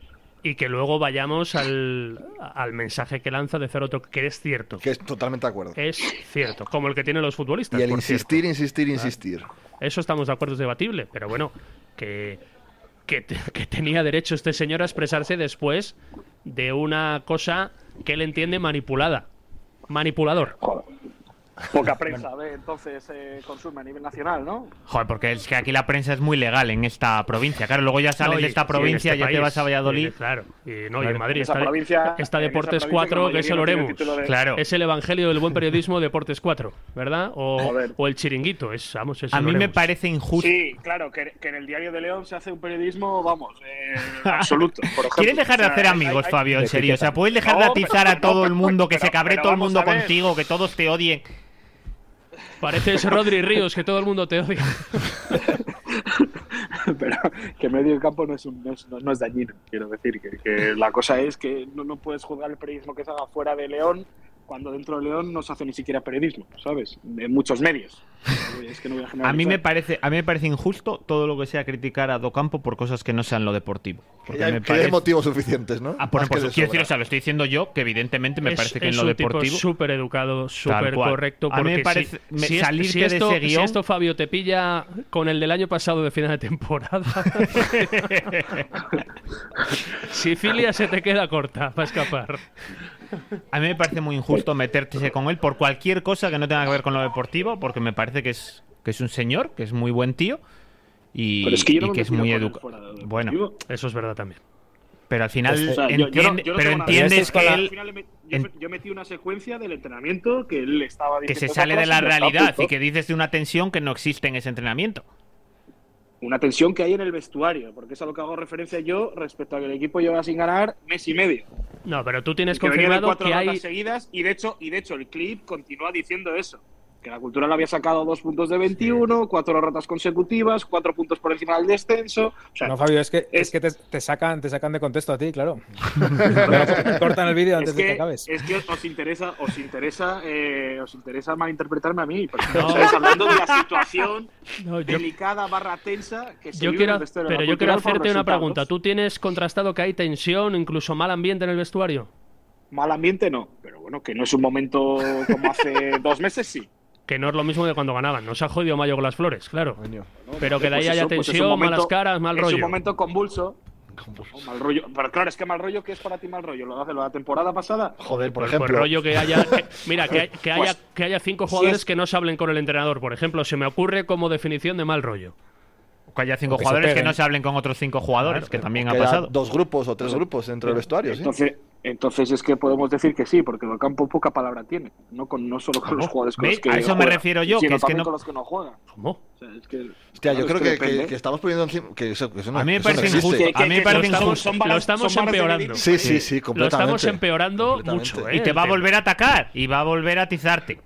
y que luego vayamos al, al mensaje que lanza de cero toque, que es cierto. Que es totalmente de acuerdo. Es cierto, como el que tienen los futbolistas. Y el por insistir, cierto. insistir, insistir. Eso estamos de acuerdo, es debatible, pero bueno, que, que, te- que tenía derecho este señor a expresarse después de una cosa que él entiende manipulada. Manipulador. Joder. Poca prensa, ¿ve? Entonces eh, consume a nivel nacional, ¿no? Joder, porque es que aquí la prensa es muy legal en esta provincia. Claro, luego ya sales No, y- de esta y en provincia, este ya te país, vas a Valladolid. y- claro, y no, y Claro. en Madrid En esa está, provincia- está en esa Deportes provincia cuatro, que que es el la mayoría no Oremus. tiene título de- Claro. Es el evangelio del buen periodismo Deportes cuatro, ¿verdad? O, Joder. o el chiringuito, es, vamos, es A el mí me Oremus. parece injusto. Sí, claro, que, que en el Diario de León se hace un periodismo, vamos, eh, absoluto. Por ejemplo. ¿Quieres dejar de O sea, hacer hay- amigos, hay- Fabio? En serio. O sea, puedes dejar No, de atizar pero- a todo no, el mundo, que pero- se cabre pero todo el vamos mundo a ver. contigo, que todos te odien. Pareces Rodri Ríos, que todo el mundo te odia. Pero que medio del campo no es, un, no es, no es dañino, quiero decir. Que, que la cosa es que no, no puedes juzgar el periodismo que se haga fuera de León cuando dentro de León no se hace ni siquiera periodismo, ¿sabes? En muchos medios. Es que no voy a A generalizar. mí me parece, a mí me parece injusto todo lo que sea criticar a Docampo por cosas que no sean lo deportivo. Que Porque ya hay, me que ya hay parece- motivos suficientes, ¿no? Ah, por, Más por- que de quiero decir, sobra. o sea, lo estoy diciendo yo, que evidentemente me Es- parece que es en lo un tipo deportivo. súper educado, súper cual. correcto. A mí me porque parece- si, me- si es- salirte si de esto, ese si guión- esto, Fabio, te pilla con el del año pasado de final de temporada. Sicilia se te queda corta para escapar. A mí me parece muy injusto meterse con él por cualquier cosa que no tenga que ver con lo deportivo, porque me parece que es, que es un señor, que es muy buen tío y, Pero es que yo no y me que es meto muy con él educado. fuera de lo Bueno, deportivo. Eso es verdad también. pero al final O sea, yo- yo no- entiende- yo no pero tengo nada- entiendes Esto es que con Al él final le met- yo, en- yo metí una secuencia del entrenamiento que él estaba que diciendo. se sale de otras la cosas y ya está, realidad punto. y que dices de una tensión que no existe en ese entrenamiento. Una tensión que hay en el vestuario, porque es a lo que hago referencia yo respecto a que el equipo lleva sin ganar mes y medio. No, pero tú tienes Que venía de confirmado cuatro que ratas hay. seguidas y de hecho y de hecho el clip continúa diciendo eso, que la Cultural había sacado dos puntos de veintiuno, cuatro ratas consecutivas, cuatro puntos por encima del descenso. O sea, No, Fabio, es que, es es- que te, te sacan, te sacan de contexto a ti, claro. Te cortan el vídeo es antes de que que, acabes. es que os interesa, os interesa, eh, os interesa malinterpretarme a mí, porque no estáis hablando de la situación No, yo- delicada barra tensa que se Yo vive en quiero, el vestuario de la pero yo quiero Cultural por hacerte una resultados. pregunta. ¿Tú tienes contrastado que hay tensión, incluso mal ambiente en el vestuario? Mal ambiente no, pero bueno, que no es un momento como hace dos meses, sí. Que no es lo mismo de cuando ganaban. No se ha jodido Mayo con las flores, claro. Coño. Pero que de ahí Pues haya eso, pues es un tensión, momento- malas caras, mal Es rollo. un momento convulso. O mal rollo. Pero claro, es que mal rollo, ¿qué es para ti mal rollo? ¿Lo hace la temporada pasada? Joder, por Pues, ejemplo. pues rollo que haya. que- mira, que, hay- que haya, Pues, que haya cinco si jugadores es- que no se hablen con el entrenador, por ejemplo. Se me ocurre como definición de mal rollo. Que haya cinco O que se jugadores que peguen. no se hablen con otros cinco jugadores, Claro, que también que ha haya pasado. dos grupos o tres grupos dentro del vestuario, ¿sí? Entonces, entonces es que podemos decir que sí, porque el campo poca palabra tiene. No, con, no solo con los jugadores con ¿Ve? los que A eso me juega, refiero yo, sino que es que también no- con los que no juegan. ¿Cómo? O sea, es que, Hostia, yo claro, creo es que, depende. que- que estamos poniendo encima. Que eso, que eso no, A mí me eso no parece existe. injusto. A mí me que parece lo estamos- injusto. son Lo varas- estamos son varas de empeorando. medir. Sí, sí, sí, Lo completamente. estamos empeorando Completamente. mucho, ¿eh? Y te el va a tema. volver a atacar y va a volver a atizarte.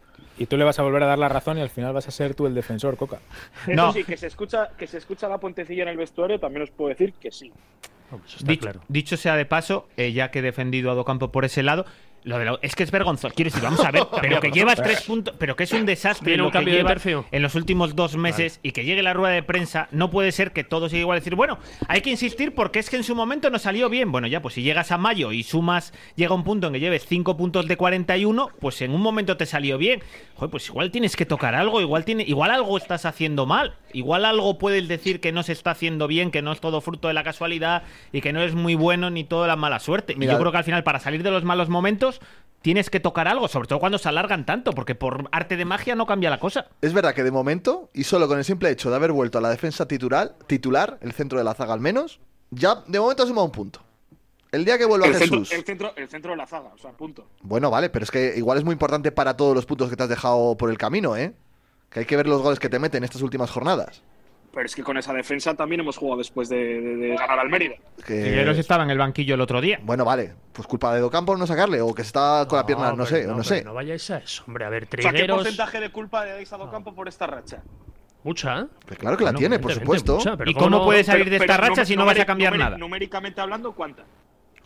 Y tú le vas a volver a dar la razón y al final vas a ser tú el defensor, Coca. Eso No. sí, que se escucha, que se escucha la puentecilla en el vestuario, también os puedo decir que sí. Vamos, está Dicho, claro. dicho sea de paso, eh, ya que he defendido a Docampo por ese lado, lo de lo- es que es vergonzoso. Quiero decir, vamos a ver, pero que llevas tres puntos, pero que es un desastre Viene lo un que cambio de lleva tercio. en los últimos dos meses y que llegue la rueda de prensa, no puede ser que todo siga igual. Decir, bueno, hay que insistir porque es que en su momento no salió bien. Bueno, ya, pues si llegas a mayo y sumas, llega un punto en que lleves cinco puntos de cuarenta y uno, pues en un momento te salió bien. Joder, pues igual tienes que tocar algo, igual, tiene, igual algo estás haciendo mal, igual algo puedes decir que no se está haciendo bien, que no es todo fruto de la casualidad y que no es muy bueno ni toda la mala suerte. Mira, y yo creo que al final, para salir de los malos momentos, tienes que tocar algo, sobre todo cuando se alargan tanto, porque por arte de magia no cambia la cosa. Es verdad que de momento, y solo con el simple hecho de haber vuelto a la defensa titular, titular, el centro de la zaga al menos, ya de momento ha sumado un punto. El día que vuelva El centro, Jesús. el, centro, el centro de la zaga, o sea, punto. Bueno, vale, pero es que igual es muy importante para todos los puntos que te has dejado por el camino, ¿eh? Que hay que ver los goles que te meten en estas últimas jornadas. Pero es que con esa defensa también hemos jugado después de, de- de ganar al Mérida. Que... Figueros estaba en el banquillo el otro día. Bueno, vale, pues culpa de Docampo no sacarle, o que se está con la pierna, no, pero sé, o no pero sé. No vayáis a eso, hombre. A ver, O sea, ¿qué Trigueros. porcentaje de culpa le dais a Docampo por esta racha? Mucha, ¿eh? Pues claro que la Bueno, tiene, por evidentemente supuesto. mucha, pero ¿Y cómo no- puede salir de Pero- esta pero racha numer- si no vas a numeri- cambiar numeri- nada? Numéricamente hablando, ¿cuánta?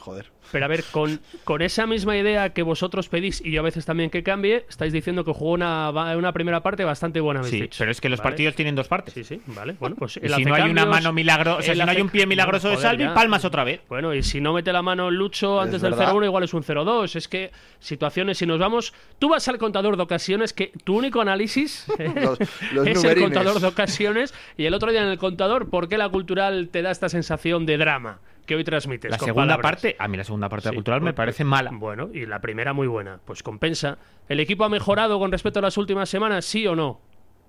Joder. Pero a ver, con, con esa misma idea que vosotros pedís y yo a veces también que cambie, estáis diciendo que jugó una, una primera parte bastante buena. Sí, dicho, pero es que los ¿vale? partidos tienen dos partes. Sí, sí, vale. Bueno, pues y si no hay una mano milagrosa, o sea, si no hay un pie milagroso no, de Salvi, ya. palmas otra vez. Bueno, y si no mete la mano Lucho antes Es del verdad. cero uno, igual es un cero dos. Es que situaciones, si nos vamos... Tú vas al contador de ocasiones, que tu único análisis Los, los es el numerines. contador de ocasiones, y el otro día en el contador, ¿por qué la Cultural te da esta sensación de drama que hoy transmites? La con segunda palabras? parte, a mí la segunda parte de Sí, la cultural me pues, parece mala. Bueno, y la primera muy buena. Pues compensa. ¿El equipo ha mejorado con respecto a las últimas semanas, sí o no?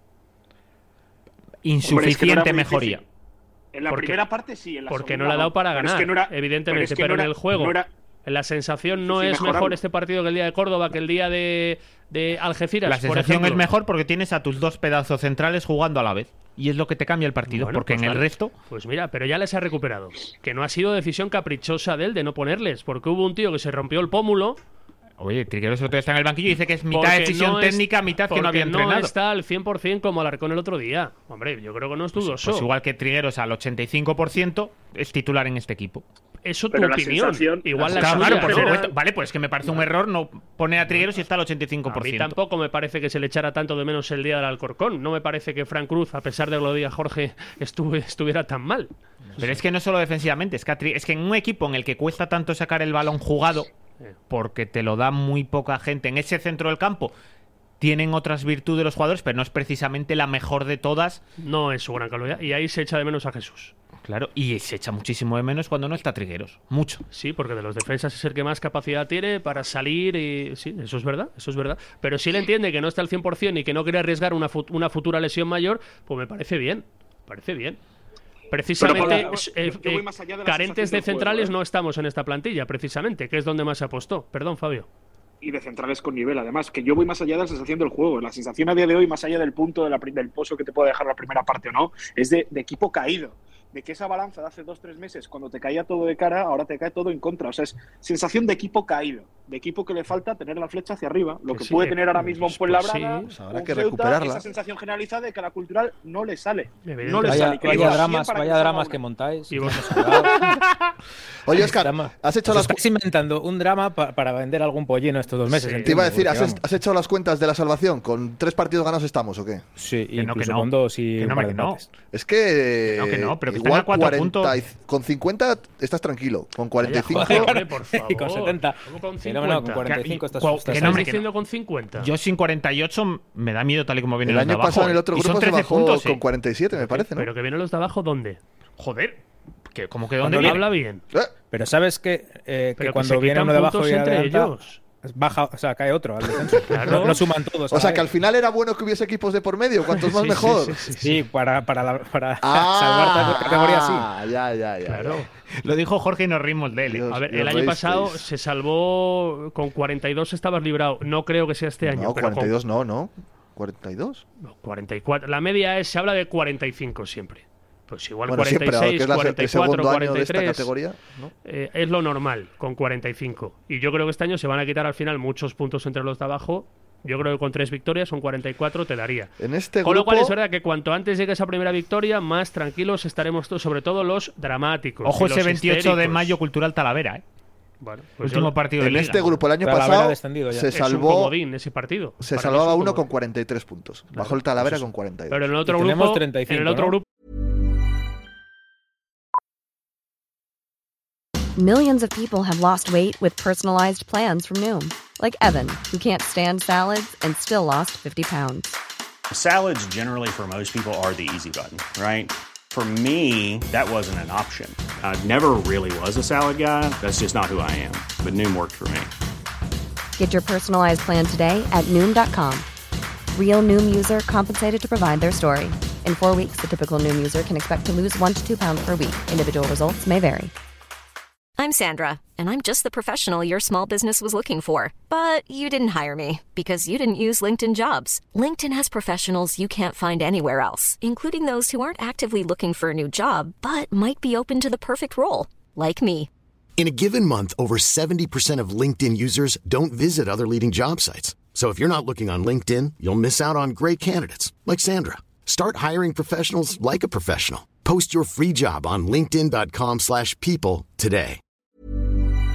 Insuficiente Hombre, es que no era muy mejoría. difícil. En la Porque- primera parte sí, en la Porque no segunda le ha dado para Pero ganar, es que no era- evidentemente, es que pero no en era- el juego, no era- en la sensación no Sí, sí, es mejor mejorable. este partido que el día de Córdoba, que el día de, de Algeciras, La por sensación ejemplo. es mejor porque tienes a tus dos pedazos centrales jugando a la vez. Y es lo que te cambia el partido, Bueno, porque pues en el vale. resto... Pues mira, pero ya les ha recuperado. Que no ha sido decisión caprichosa de él de no ponerles, porque hubo un tío que se rompió el pómulo. Oye, Trigueros otro día está en el banquillo y dice que es mitad porque decisión no es- técnica, mitad que no había porque entrenado. no está al cien por cien como Alarcón el otro día. Hombre, yo creo que no es dudoso. Pues igual que Trigueros al ochenta y cinco por ciento es titular en este equipo. Eso tu Pero la opinión. sensación- Igual la la Claro, suya, claro, por ¿no? supuesto. Vale, pues que me parece un error no poner a Trigueros y está al ochenta y cinco A por mí ciento. tampoco me parece que se le echara tanto de menos el día del Alcorcón. No me parece que Frank Cruz, a pesar de lo que diga Jorge, estuve, estuviera tan mal. Pero es que no solo defensivamente, es que, a Tri- es que en un equipo en el que cuesta tanto sacar el balón jugado, porque te lo da muy poca gente en ese centro del campo, tienen otras virtudes los jugadores, pero no es precisamente la mejor de todas. No es su gran calidad. Y ahí se echa de menos a Jesús. Claro, y se echa muchísimo de menos cuando no está Trigueros. Mucho. Sí, porque de los defensas es el que más capacidad tiene para salir y... Sí, eso es verdad, eso es verdad. Pero si él entiende que no está al cien por cien y que no quiere arriesgar una, fut- una futura lesión mayor, pues me parece bien. Me parece bien. Precisamente, Pero, Pablo, eh, yo- yo voy eh, más allá de la carentes sensación de del centrales juego, ¿eh? no estamos en esta plantilla, precisamente, que es donde más se apostó. Perdón, Fabio. Y de centrales con nivel, además, que yo voy más allá de la sensación del juego. La sensación a día de hoy, más allá del punto de la, pri- del pozo que te puede dejar la primera parte o no, es de, de equipo caído. De que esa balanza de hace dos tres meses, cuando te caía todo de cara, ahora te cae todo en contra. O sea, es sensación de equipo caído. De equipo que le falta tener la flecha hacia arriba. Lo Que que sí, puede eh, tener ahora mismo pues- en Fuenlabrada, pues sí. Pues habrá un que Ceuta, recuperarla. esa sensación generalizada de que a la Cultural no le sale. Evidente. No le Vaya, sale. que vaya iba bien dramas, para que vaya salga dramas una. que montáis. Y vos- Oye, Oscar, Drama. has hecho Os las estáis inventando un drama pa- para vender algún pollino estos dos meses. Sí. entiendo, Te iba a decir, porque, ¿has, vamos. has hecho las cuentas de la salvación? ¿Con tres partidos ganados estamos o qué? Sí, Que no, que incluso no. con dos y Que un no, par que de no. empates. Es que, No, que no, pero que están igual a cuatro puntos. y- con cincuenta estás tranquilo, con cuarenta y cinco Joder, hombre, por favor. Y con setenta. ¿Cómo con Que no, no, con cincuenta? cuarenta y cinco estás, Que- estás que ¿Estás no, hombre, diciendo con cincuenta? Yo sin cuarenta y ocho me da miedo tal y como viene el los de año abajo, pasado en el ¿eh? otro Y son grupo se trece bajó puntos, ¿eh? con cuarenta y siete, me parece, ¿no? Pero que vienen los de abajo, ¿dónde? Joder, que como que Cuando dónde habla viene? bien. Eh, Pero sabes que, eh, que Pero que cuando se viene quitan uno de abajo puntos y entre adelanta, ellos. baja, o sea, cae otro al descenso. Claro. No, no suman todos. a O la sea, que al vez. final era bueno que hubiese equipos de por medio, cuantos más Sí, mejor. sí, sí, sí. Sí, para, para, la- para Ah, salvar la categoría sí. ah, ya, ya, ya. Claro. Lo dijo Jorge y nos rimos de él. ¿eh? Dios. A ver, Los el año reísteis. pasado se salvó con cuarenta y dos, estabas librado. No creo que sea este año. No, pero cuarenta y dos no, ¿no. cuarenta y dos. con- no, cuarenta y cuatro. La media es, se habla de cuarenta y cinco siempre. Pues igual Bueno, siempre, cuarenta y que seis, es la, cuarenta y el segundo cuatro, año cuarenta de y esta tres. categoría, ¿no? Eh, es lo normal, con cuarenta y cinco. Y yo creo que este año se van a quitar al final muchos puntos entre los de abajo. Yo creo que con tres victorias, son cuarenta y cuatro, te daría. En este Con lo grupo, cual es verdad que cuanto antes llegue esa primera victoria, más tranquilos estaremos todos, sobre todo los dramáticos. Ojo y los ese veintiocho de histéricos. mayo Cultural Talavera, ¿eh? Bueno, pues Último yo- partido de en Liga. este grupo el año Talavera pasado descendido ya. se es un salvó, comodín ese partido. se Para mí salvaba es un uno con comodín. cuarenta y tres puntos. Bajó el Talavera con cuarenta y dos. Pero en el otro Y tenemos grupo, treinta y cinco, en el otro ¿no? grupo Millions of people have lost weight with personalized plans from Noom, like Evan, who can't stand salads and still lost fifty pounds. Salads generally for most people are the easy button, right? For me, that wasn't an option. I never really was a salad guy. That's just not who I am. But Noom worked for me. Get your personalized plan today at Noom dot com. Real Noom user compensated to provide their story. In four weeks, the typical Noom user can expect to lose one to two pounds per week. Individual results may vary. I'm Sandra, and I'm just the professional your small business was looking for. But you didn't hire me because you didn't use LinkedIn Jobs. LinkedIn has professionals you can't find anywhere else, including those who aren't actively looking for a new job, but might be open to the perfect role, like me. In a given month, over seventy percent of LinkedIn users don't visit other leading job sites. So if you're not looking on LinkedIn, you'll miss out on great candidates like Sandra. Start hiring professionals like a professional. Post your free job on linkedin dot com slash people today.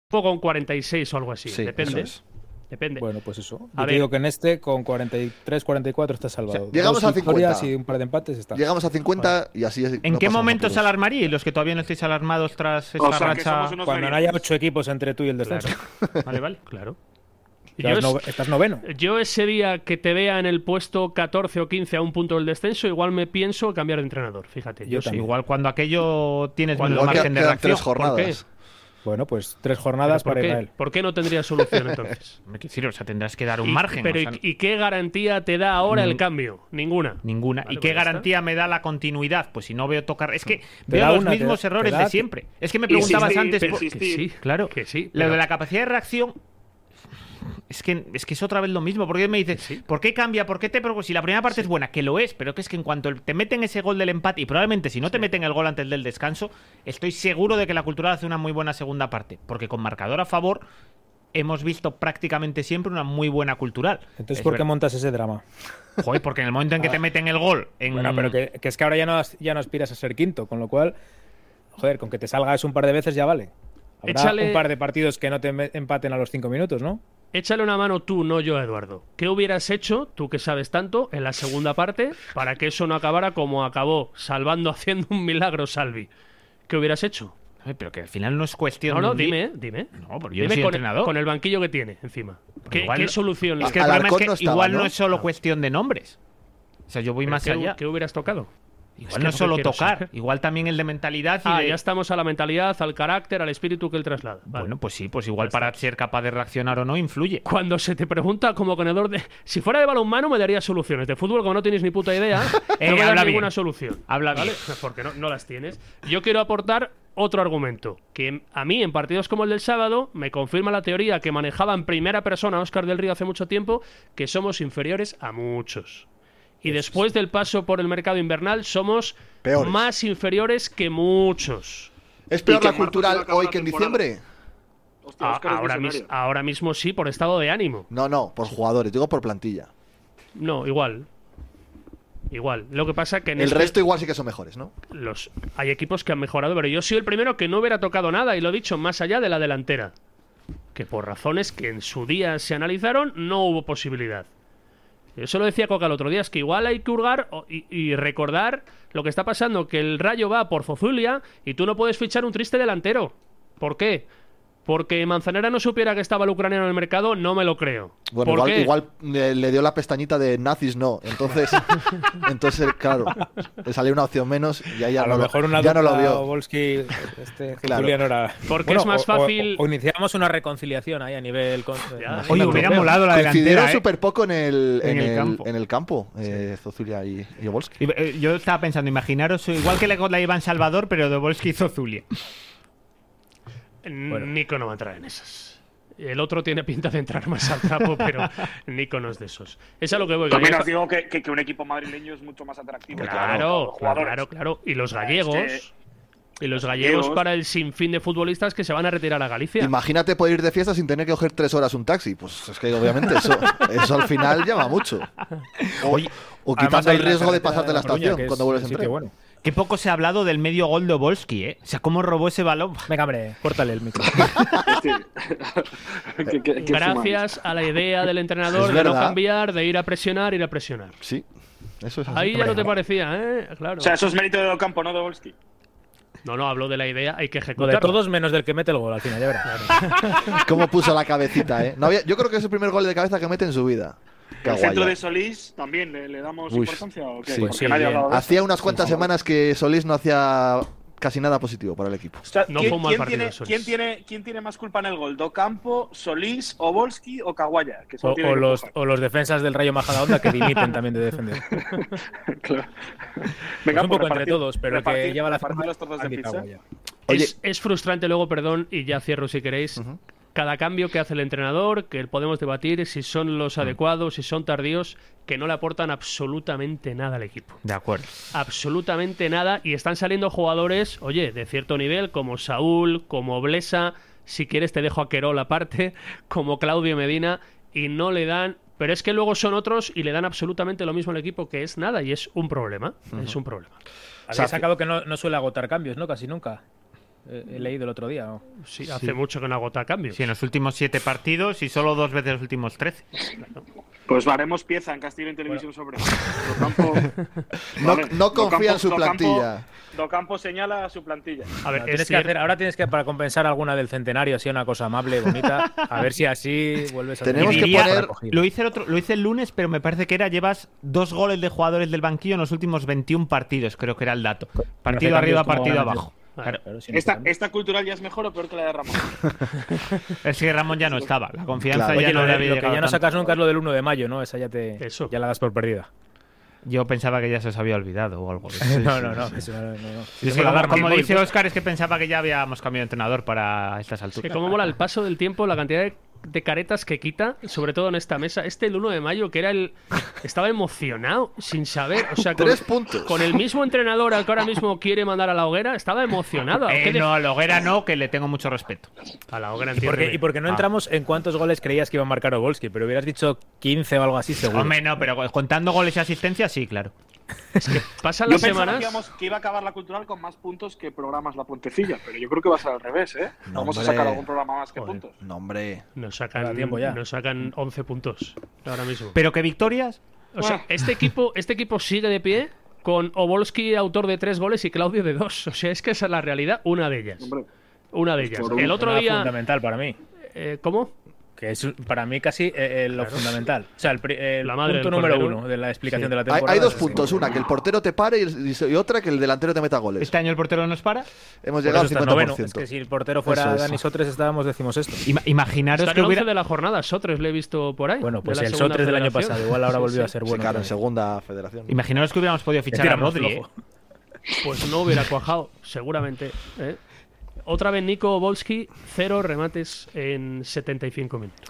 poco con cuarenta y seis o algo así. Sí, Depende. eso es. Depende. Bueno, pues eso. A Yo te ver. digo que en este, con cuarenta y tres, cuarenta y cuatro está salvado. O sea, llegamos Dos a cincuenta. victorias y un par de empates está. Llegamos a cincuenta y así es. ¿En no qué pasamos momento apuros. se alarmaría? Y los que todavía no estáis alarmados tras esta O sea, que racha. somos unos Cuando no haya ocho equipos entre tú y el descenso. Vale, vale. Claro. Estás, Yo, no- es- estás noveno. yo ese día que te vea en el puesto catorce o quince a un punto del descenso, igual me pienso cambiar de entrenador. Fíjate. Yo sí. también. Igual cuando aquello tienes Cuando menos Igual margen de quedan reacción. tres jornadas. Bueno, pues tres jornadas ¿Por para qué? Israel. ¿Por qué no tendría solución entonces? Me quiero decir, o sea, tendrás que dar un Y- margen. Pero o sea, ¿y, y qué garantía te da ahora Mm. el cambio? Ninguna. Ninguna. Vale, ¿Y pues qué ya está. garantía me da la continuidad? Pues si no veo tocar. Es que veo da los una, te mismos da- errores te da- de siempre. Es que me Insistir, preguntabas antes. por- persistir. Que sí, Claro. que sí. Lo pero- de la capacidad de reacción. Es que, es que es otra vez lo mismo. Porque me dices, ¿por qué cambia? ¿Por qué te preocupas? Si la primera parte es buena, que lo es, pero que es que en cuanto te meten ese gol del empate, y probablemente si no te meten el gol antes del descanso, estoy seguro de que la Cultural hace una muy buena segunda parte. Porque con marcador a favor, hemos visto prácticamente siempre una muy buena Cultural. Entonces, Es ¿por qué verdad. montas ese drama? Joder, porque en el momento en que te meten el gol. En... Bueno, pero que, que es que ahora ya no, as- ya no aspiras a ser quinto, con lo cual, joder, con que te salgas un par de veces ya vale. Habrá Échale- un par de partidos que no te me- empaten a los cinco minutos, ¿no? Échale una mano tú, no yo, Eduardo. ¿Qué hubieras hecho, tú que sabes tanto, en la segunda parte, para que eso no acabara como acabó, salvando, haciendo un milagro Salvi? ¿Qué hubieras hecho? Ay, pero que al final no es cuestión. No, no, de- dime, dime. No, porque yo Dime soy con, entrenador. con el banquillo que tiene encima. ¿Qué, igual qué no- solución le Es que el Alarcón problema es que no estaba, igual no ¿no? es solo cuestión de nombres. O sea, yo voy ¿Pero más qué, allá. ¿Qué hubieras tocado? Igual Es que no no es solo quiero tocar, saber. igual también el de mentalidad y Ah, de- ya estamos a la mentalidad, al carácter, al espíritu que él traslada. Vale. Bueno, pues sí, pues igual para ser capaz de reaccionar o no influye. Cuando se te pregunta como ganador de... Si fuera de balonmano me daría soluciones. De fútbol, como no tienes ni puta idea, Eh, no me das habla ninguna bien. solución. Habla ¿vale? bien. Porque no, no las tienes. Yo quiero aportar otro argumento. Que a mí, en partidos como el del sábado, me confirma la teoría que manejaba en primera persona Óscar del Río hace mucho tiempo, que somos inferiores a muchos. Y después del paso por el mercado invernal, somos Peores. más inferiores que muchos. ¿Es peor Y que la en marzo Cultural se acaba hoy la que en temporada. diciembre? Hostia, A- Óscar es ahora, mis- visionario. ahora mismo sí, por estado de ánimo. No, no, por jugadores, digo por plantilla. No, igual. Igual. Lo que pasa que en El este- resto igual sí que son mejores, ¿no? los hay equipos que han mejorado, pero yo soy el primero que no hubiera tocado nada, y lo he dicho, más allá de la delantera. Que por razones que en su día se analizaron, no hubo posibilidad. Eso lo decía Coca el otro día, es que igual hay que hurgar o- y, y recordar lo que está pasando, que el Rayo va por Zozulia y tú no puedes fichar un triste delantero. ¿Por qué? Porque Manzanera no supiera que estaba el ucraniano en el mercado, no me lo creo. Bueno, ¿Por igual, qué? igual le, le dio la pestañita de nazis, no. Entonces, entonces claro, le salió una opción menos y ahí ya, a no, lo mejor una ya no lo dupla vio. Volsky, este Claro. Zuzulia no era. Porque es más o- o- fácil- O, iniciamos una reconciliación ahí a nivel. con- Ya, Oye, hubiera europeo. molado la Coincidieron delantera, ¿eh? súper poco en el, en En el el, campo. en el campo, eh, Zozulia y, y Obolski. Y, eh, Yo estaba pensando, imaginaros, igual que la la Iván Salvador, pero de Volsky hizo Zulia. N- Nico no va a entrar en esas. El otro tiene pinta de entrar más al trapo, pero Nico no es de esos. Es a lo que voy. que También ya- os digo que, que, que un equipo madrileño es mucho más atractivo. que Claro, los jugadores. claro, claro. Y los O sea, gallegos. es Y los los gallegos gallegos- para el sinfín de futbolistas que se van a retirar a Galicia. Imagínate poder ir de fiesta sin tener que coger tres horas un taxi. Pues es que obviamente eso, eso al final llama mucho. O, o Además, quitando hay el la riesgo de carretera pasarte la de Coruña, estación que es cuando vuelves un en sitio tren. bueno. Qué poco se ha hablado del medio gol de Volsky, ¿eh? O sea, cómo robó ese balón. Venga, hombre, córtale el micro. Sí. Que- que- que Gracias a la idea del entrenador Es de no verdad. cambiar, de ir a presionar, ir a presionar. Sí, eso es así. Ahí ya no te parecía, ¿eh? Claro. O sea, eso es mérito del campo, no de Volsky. No, no, hablo de la idea, hay que Lo de ejecutarla. todos menos del que mete el gol al final, ya verás. Cómo puso la cabecita, ¿eh? No había- yo creo que es el primer gol de cabeza que mete en su vida. El Caguaya. centro de Solís también le, le damos Uy, importancia o qué? sí. Porque Sí, nadie ha bien. hablado de Hacía eso. unas cuantas semanas que Solís no hacía casi nada positivo para el equipo. O sea, No ¿quién, fue un mal quién partido, tiene, Solís. ¿quién, tiene, ¿Quién tiene más culpa en el gol? ¿Docampo, Solís, Obolski o Kawaya? Que O, solo tiene o que los, empujar. o los defensas del Rayo Majadahonda que dimiten también de defender. Claro. Pues un poco entre repartir- todos, pero el que repartir- lleva la repartir firma los trozos de Andy pizza. Kawaya. Oye. Es, es frustrante luego, perdón, y ya cierro si queréis. Cada cambio que hace el entrenador, que podemos debatir si son los adecuados, si son tardíos, que no le aportan absolutamente nada al equipo. De acuerdo. Absolutamente nada. Y están saliendo jugadores, oye, de cierto nivel, como Saúl, como Blesa, si quieres te dejo a Querol aparte, como Claudio Medina, y no le dan... Pero es que luego son otros y le dan absolutamente lo mismo al equipo, que es nada, y es un problema. Es un problema. Había sacado que no, no suele agotar cambios, ¿no? Casi nunca. He, he leído el otro día, ¿no? Sí, hace sí. mucho que no agota cambios. Sí, en los últimos siete partidos y solo dos veces los últimos trece. Claro. Pues haremos pieza en Castillo en Televisión bueno. sobre Docampo. No, vale. no confía Docampo, en su plantilla. Docampo, Docampo señala su plantilla. A ver, no, tienes que hacer, ahora tienes que, para compensar alguna del centenario, así una cosa amable, bonita, a ver si así vuelves a... Tenemos que poner... Lo hice, el otro, lo hice el lunes, pero me parece que era, llevas dos goles de jugadores del banquillo en los últimos veintiún partidos, creo que era el dato. Partido arriba, partido abajo. Claro. Claro, si no esta, ¿Esta cultural ya es mejor o peor que la de Ramón? Es que Ramón ya no estaba. La confianza claro. ya Oye, no le había Lo que ya no sacas nunca es lo del uno de mayo, ¿no? Esa ya te Eso. ya la das por perdida. Yo pensaba que ya se os había olvidado o algo. Sí, no, no, no, eso no, no, no. Sí, sí, como, como dice Óscar, es que pensaba que ya habíamos cambiado de entrenador para estas alturas. Es que como mola el paso del tiempo, la cantidad de, de caretas que quita, sobre todo en esta mesa. Este, el uno de mayo, que era el... Estaba emocionado, sin saber. O sea, con, Tres puntos. Con el mismo entrenador al que ahora mismo quiere mandar a la hoguera, estaba emocionado. Eh, no, a la hoguera no, que le tengo mucho respeto. A la hoguera, ¿Y por qué, y porque no ah. entramos en cuántos goles creías que iba a marcar Obolski? Pero hubieras dicho quince o algo así, seguro. Hombre, no, pero contando goles y asistencia, sí, claro. Es que pasan las yo semanas. Yo que iba a acabar la cultural con más puntos que programas La Puentecilla, pero yo creo que va a ser al revés, ¿eh? No, Vamos hombre. a sacar algún programa más que Joder. puntos. No, hombre. Nos sacan, tiempo ya. Nos sacan once puntos ahora mismo. ¿Pero qué victorias? O sea, este equipo, este equipo sigue de pie con Obolski, autor de tres goles, y Claudio de dos. O sea, es que esa es la realidad, una de ellas. Hombre. Una de ellas. El otro día. Fundamental para mí. Eh, ¿Cómo? Que es para mí casi eh, lo claro. fundamental. O sea, el, el la madre punto número uno de la explicación sí. de la temporada. Hay, hay dos puntos. Una, que el portero te pare y, y otra, que el delantero te meta goles. ¿Este año el portero nos para? Hemos llegado al cincuenta por ciento. Es que si el portero fuera Dani Sotres, estábamos decimos esto. Ima imaginaros Está que hubiera... de la jornada, Sotres le he visto por ahí. Bueno, pues el Sotres del año pasado. Igual ahora sí, volvió sí. a ser bueno. Sí, claro, en segunda federación. ¿No? Imaginaros que hubiéramos podido fichar a Rodri. ¿eh? Pues no hubiera cuajado, seguramente. ¿eh? Otra vez Nico Obolski, cero remates en setenta y cinco minutos.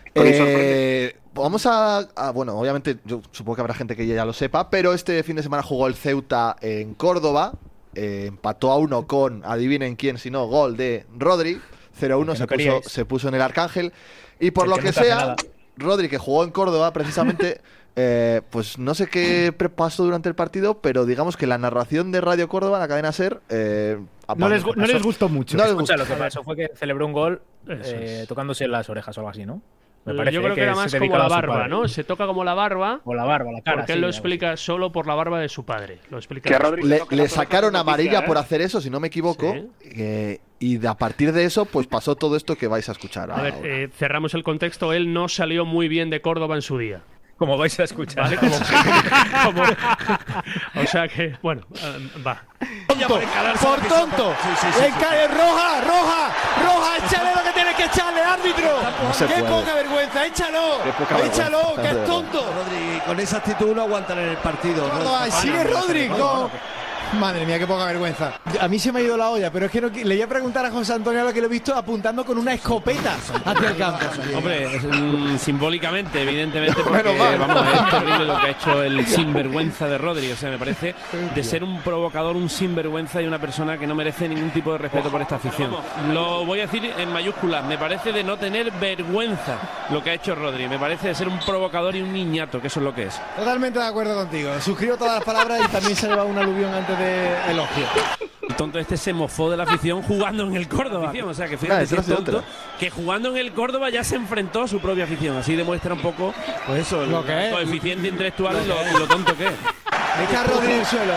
Eh, vamos a, a... Bueno, obviamente yo supongo que habrá gente que ya lo sepa, pero este fin de semana jugó el Ceuta en Córdoba, eh, empató a uno con, adivinen quién, si no, gol de Rodri, cero uno, se, no puso, se puso en el Arcángel, y por el lo que, que sea, Rodri, que jugó en Córdoba precisamente... Eh, pues no sé qué pasó durante el partido, pero digamos que la narración de Radio Córdoba, la cadena SER, eh, no, les, no les gustó mucho. No les gustó. Lo que pasó fue que celebró un gol eh, tocándose las orejas o algo así, ¿no? Me parece yo creo que, que era más como la barba, ¿no? Se toca como la barba. O la barba, la cara. Porque él sí, lo explica sí. solo por la barba de su padre. Lo explica. Que le, le sacaron amarilla ¿eh? por hacer eso, si no me equivoco. ¿Sí? Eh, y a partir de eso, pues pasó todo esto que vais a escuchar. A ver, eh, cerramos el contexto. Él no salió muy bien de Córdoba en su día. Como vais a escuchar. ¿Vale? Como, como, o sea que, bueno, um, va. Tonto, por tonto. Sí, sí, sí, sí. Roja, roja, roja, échale lo que tienes que echarle, árbitro. No qué puede. poca vergüenza, échalo. Échalo, vergüenza. que es tonto. Rodri, con esa actitud no aguantan en el partido. Córdoba, sigue Rodri. Madre mía, qué poca vergüenza. A mí se me ha ido la olla, pero es que no, le voy a preguntar a José Antonio lo que lo he visto apuntando con una escopeta hacia el campo. Hombre, mm, simbólicamente, evidentemente, porque vamos, es terrible lo que ha hecho el sinvergüenza de Rodri. O sea, me parece de ser un provocador, un sinvergüenza y una persona que no merece ningún tipo de respeto por esta afición. Lo voy a decir en mayúsculas, me parece de no tener vergüenza lo que ha hecho Rodri. Me parece de ser un provocador y un niñato, que eso es lo que es. Totalmente de acuerdo contigo. Suscribo todas las palabras y también se le va un aluvión antes de elogio. El tonto este se mofó de la afición jugando en el Córdoba. O sea, que fíjate, si es tonto, que jugando en el Córdoba ya se enfrentó a su propia afición. Así demuestra un poco, pues eso, lo el, que el coeficiente intelectual y lo, y lo tonto que es. Ahí está Rodri en el suelo.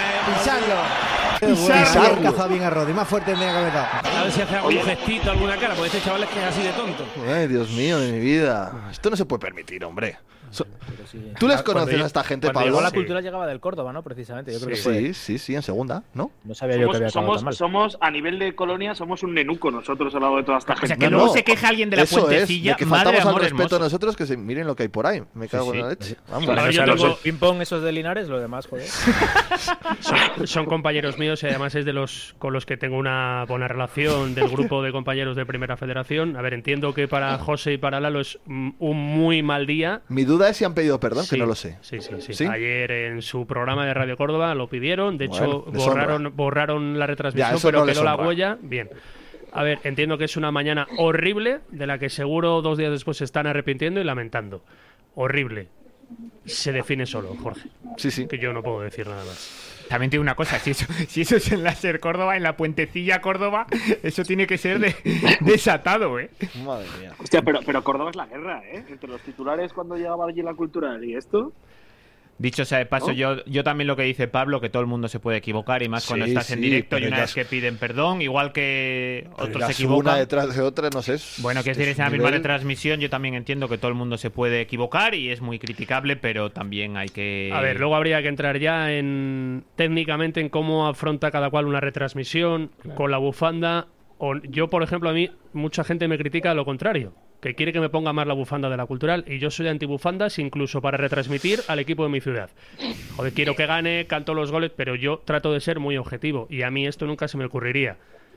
Pisarlo. Pisarlo. Ha cazado bien a Rodri. Más fuerte tenía que haber dado. A ver si hace algún gestito, alguna cara, porque este chaval es que es así de tonto. Ay, Dios mío, de mi vida. Esto no se puede permitir, hombre. So, sí. ¿Tú les conoces cuando a esta gente, cuando Pablo? Llegó la cultura sí. llegaba del Córdoba, ¿no? Precisamente. Yo creo sí, que fue. sí, sí, sí, en segunda, ¿no? No sabía somos, yo que había somos, tan mal. somos, a nivel de colonia, somos un nenuco nosotros al lado de toda esta gente. O sea, que no, luego no, se queja alguien de la Puentecilla. Es, de que faltamos al respeto hermoso. a nosotros, que se miren lo que hay por ahí. Me cago sí, sí. en la leche. Vamos. Claro, o sea, los tengo... ping-pong esos de Linares, lo demás, joder. son, son compañeros míos y además es de los con los que tengo una buena relación del grupo de compañeros de Primera Federación. A ver, entiendo que para José y para Lalo es un muy mal día. Mi duda es si han pedido perdón, sí, que no lo sé. Sí, sí, sí, sí. Ayer en su programa de Radio Córdoba lo pidieron. De bueno, hecho, borraron, borraron la retransmisión, ya, pero no quedó la huella. Bien. A ver, entiendo que es una mañana horrible, de la que seguro dos días después se están arrepintiendo y lamentando. Horrible. se define solo, Jorge. Sí, sí. Que yo no puedo decir nada más. También tiene una cosa, si eso, si eso es en la Ser Córdoba, en la Puentecilla Córdoba, eso tiene que ser de, desatado, ¿eh? Madre mía. Hostia, pero, pero Córdoba es la guerra, ¿eh? Entre los titulares cuando llegaba allí la cultural y esto... Dicho sea de paso, ¿no? yo, yo también lo que dice Pablo, que todo el mundo se puede equivocar y más cuando Sí, estás en sí, directo y pero una ya vez es- que piden perdón, igual que Pero otros ya se es equivocan. una detrás de otra, no sé. es- Bueno, que es decir, es en la un misma nivel- retransmisión yo también entiendo que todo el mundo se puede equivocar y es muy criticable, pero también hay que... A ver, luego habría que entrar ya en técnicamente en cómo afronta cada cual una retransmisión con la bufanda. O, yo, por ejemplo, a mí mucha gente me critica lo contrario, que quiere que me ponga más la bufanda de la cultural y yo soy antibufandas incluso para retransmitir al equipo de mi ciudad. Joder, quiero que gane, canto los goles, pero yo trato de ser muy objetivo y a mí esto nunca se me ocurriría.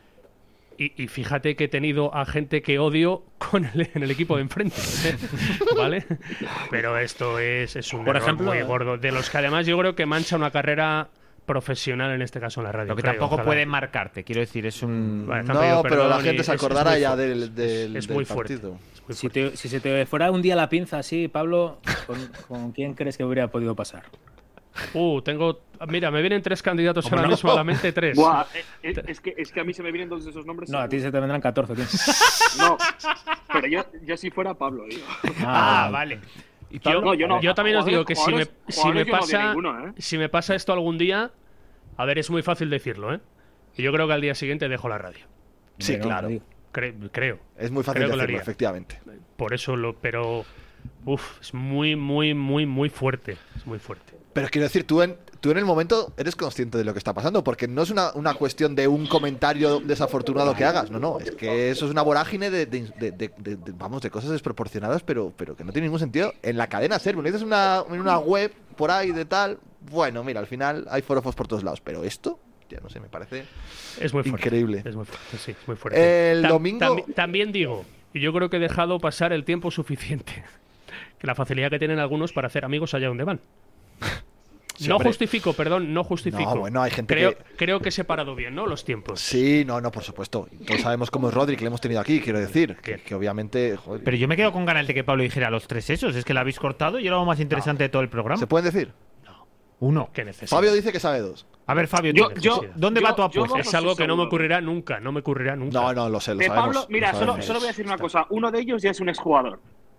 Y, y fíjate que he tenido a gente que odio con el, en el equipo de enfrente, ¿vale? Pero esto es, es un Por error ejemplo, muy gordo, de los que además yo creo que mancha una carrera profesional en este caso en la radio. Lo que creo, tampoco ojalá. puede marcarte, quiero decir, es un... Vale, te han No, pedido pero la perdón y gente se es- es acordará muy ya fuerte. del, del, Es del muy fuerte. partido. Si, te- si se te fuera un día la pinza así, Pablo, ¿con, con quién crees que hubiera podido pasar? Uh, tengo... Mira, me vienen tres candidatos ¿Cómo ahora no? mismo a la mente, tres. Buah, eh, eh, es, que, es que a mí se me vienen dos de esos nombres. No, a ti se te vendrán catorce, tío. No, pero yo, yo si fuera Pablo, digo. Ah, vale. Yo, Pablo? No, yo no. yo también os digo que si me, Jugadores- si me jugadores yo no odio pasa ninguno, ¿eh? si me pasa esto algún día, a ver, es muy fácil decirlo, ¿eh? Y yo creo que al día siguiente dejo la radio. Sí, Bueno, claro. tío. Cre- creo. Es muy fácil Creo que lo decirlo, haría. efectivamente. Por eso lo... Pero... Uf, es muy, muy, muy, muy fuerte. Es muy fuerte. Pero quiero decir, tú en, tú en el momento eres consciente de lo que está pasando, porque no es una, una cuestión de un comentario desafortunado que hagas, no, no, es que eso es una vorágine de, de- de- de- de- de- vamos, de cosas desproporcionadas, pero, pero que no tiene ningún sentido. En la cadena SER, cuando dices una, en una web por ahí de tal, bueno, mira, al final hay forofos por todos lados, pero esto, ya no sé, me parece Es muy fuerte. increíble. Es muy fuerte, sí, es muy fuerte. El Tam- domingo- tambi- también digo, y yo creo que he dejado pasar el tiempo suficiente, que la facilidad que tienen algunos para hacer amigos allá donde van. Sí, no hombre. justifico, perdón, no justifico. No, bueno, hay gente creo, que- creo que he separado bien, ¿no? Los tiempos. Sí, no, no, por supuesto. Todos sabemos cómo es Rodri, que le hemos tenido aquí, quiero decir, que, que obviamente, joder, Pero yo me quedo con ganas de que Pablo dijera los tres esos, es que la habéis cortado y era lo más interesante de todo el programa. ¿se pueden decir? Uno. ¿Qué necesidad? Fabio dice que sabe dos. A ver, Fabio, Yo- ¿tú- yo- ¿dónde yo- va tu yo apuesta? dos Es algo que no me seguro. ocurrirá nunca, no me ocurrirá nunca. No, no, lo sé, lo De sabemos. Pablo, mira, lo solo, sabemos. solo voy a decir una cosa. Uno de ellos ya es un exjugador.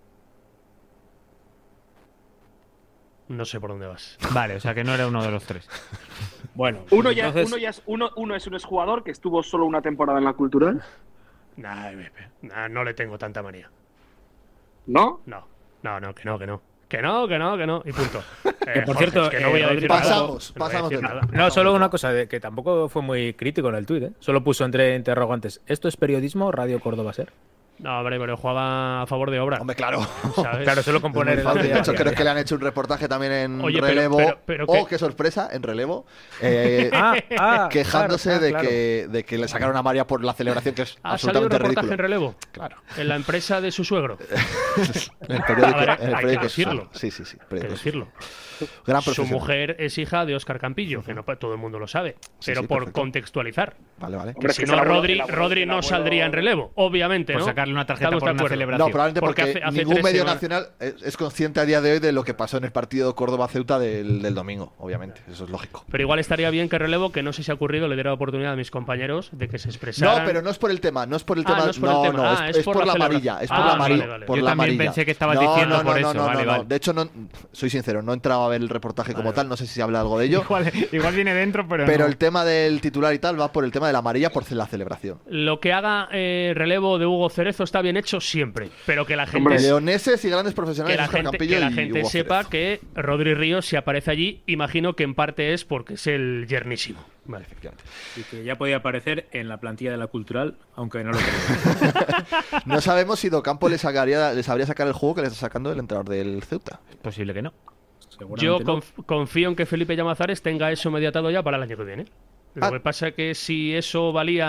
No sé por dónde vas. Vale, o sea que no era uno de los tres. Bueno, Uno ya, entonces, uno ya es, uno, uno es un exjugador que estuvo solo una temporada en la cultural. Nah, me- me- nah, no le tengo tanta manía. ¿No? No, no, no, que no, que no. Que no, que no, que no. Y punto. Eh, por Jorge, cierto, es que no eh, voy a Rodri- decir nada. Pasamos, No voy a pasamos decir de nada. no, solo una cosa, de que tampoco fue muy crítico en el tuit, ¿eh? Solo puso entre interrogantes, ¿esto es periodismo o Radio Córdoba Ser? No, hombre, pero jugaba a favor de obra. Hombre, claro. ¿sabes? Claro, solo con Es muy poner el fácil. audio De hecho, ya- creo que le han hecho un reportaje también en Oye, pero- relevo. pero- pero oh, que- qué sorpresa, en relevo. eh, Ah, ah, quejándose claro, de, claro. que, de que le sacaron a María por la celebración, que es ¿Ha salido un absolutamente reportaje en ridículo. relevo? Claro. En la empresa de su suegro. En el periódico. A ver, en el hay periódico que decirlo. Sí, sí, sí. Hay que periódico. decirlo. Gran Su profesional. mujer es hija de Óscar Campillo, que no pa- todo el mundo lo sabe. Sí, pero sí, por perfecto. contextualizar. Vale, vale. Que Hombre, es si que no, es el abuelo- Rodri, el abuelo- Rodri el no abuelo- saldría en relevo, obviamente, Por ¿no? sacarle una tarjeta Estamos por de una acuerdo. celebración. No, probablemente Porque porque, hace- hace ningún tres medio semanas- nacional es, es consciente a día de hoy de lo que pasó en el partido Córdoba-Ceuta del, del domingo, obviamente. Eso es lógico. Pero igual estaría bien que relevo, que no sé si ha ocurrido, le diera la oportunidad a mis compañeros de que se expresaran. No, pero no es por el tema, no es por el Ah, tema. no es por el tema. no, Ah, es, es es por por, la la celebración. amarilla. Es por Ah, la vale, amarilla. vale. Por Yo la también amarilla. pensé que estabas no, diciendo no, por no, eso. No, no, Vale, no. vale. De hecho, no, soy sincero, no he entrado a ver el reportaje como tal, no sé si se habla algo de ello. Igual, igual viene dentro, pero, Pero no. el tema del titular y tal va por el tema de la amarilla por la celebración. Lo que haga eh, relevo de Hugo Cerezo está bien hecho siempre, pero que la gente, Hombre, leoneses y grandes que profesionales, la Óscar gente, Campillo que la y gente Hugo sepa Cerezo. que Rodri Ríos, si aparece allí, imagino que en parte es porque es el yernísimo. Vale. Efectivamente. Y que ya podía aparecer en la plantilla de la cultural, aunque no lo quería. No sabemos si Docampo les, sacaría, les sabría sacar el juego que le está sacando el entrenador del Ceuta. Es posible que no. Yo Seguramente no. conf- confío en que Felipe Llamazares tenga eso mediatado ya para el año que viene. Lo Ah. que pasa que si eso valía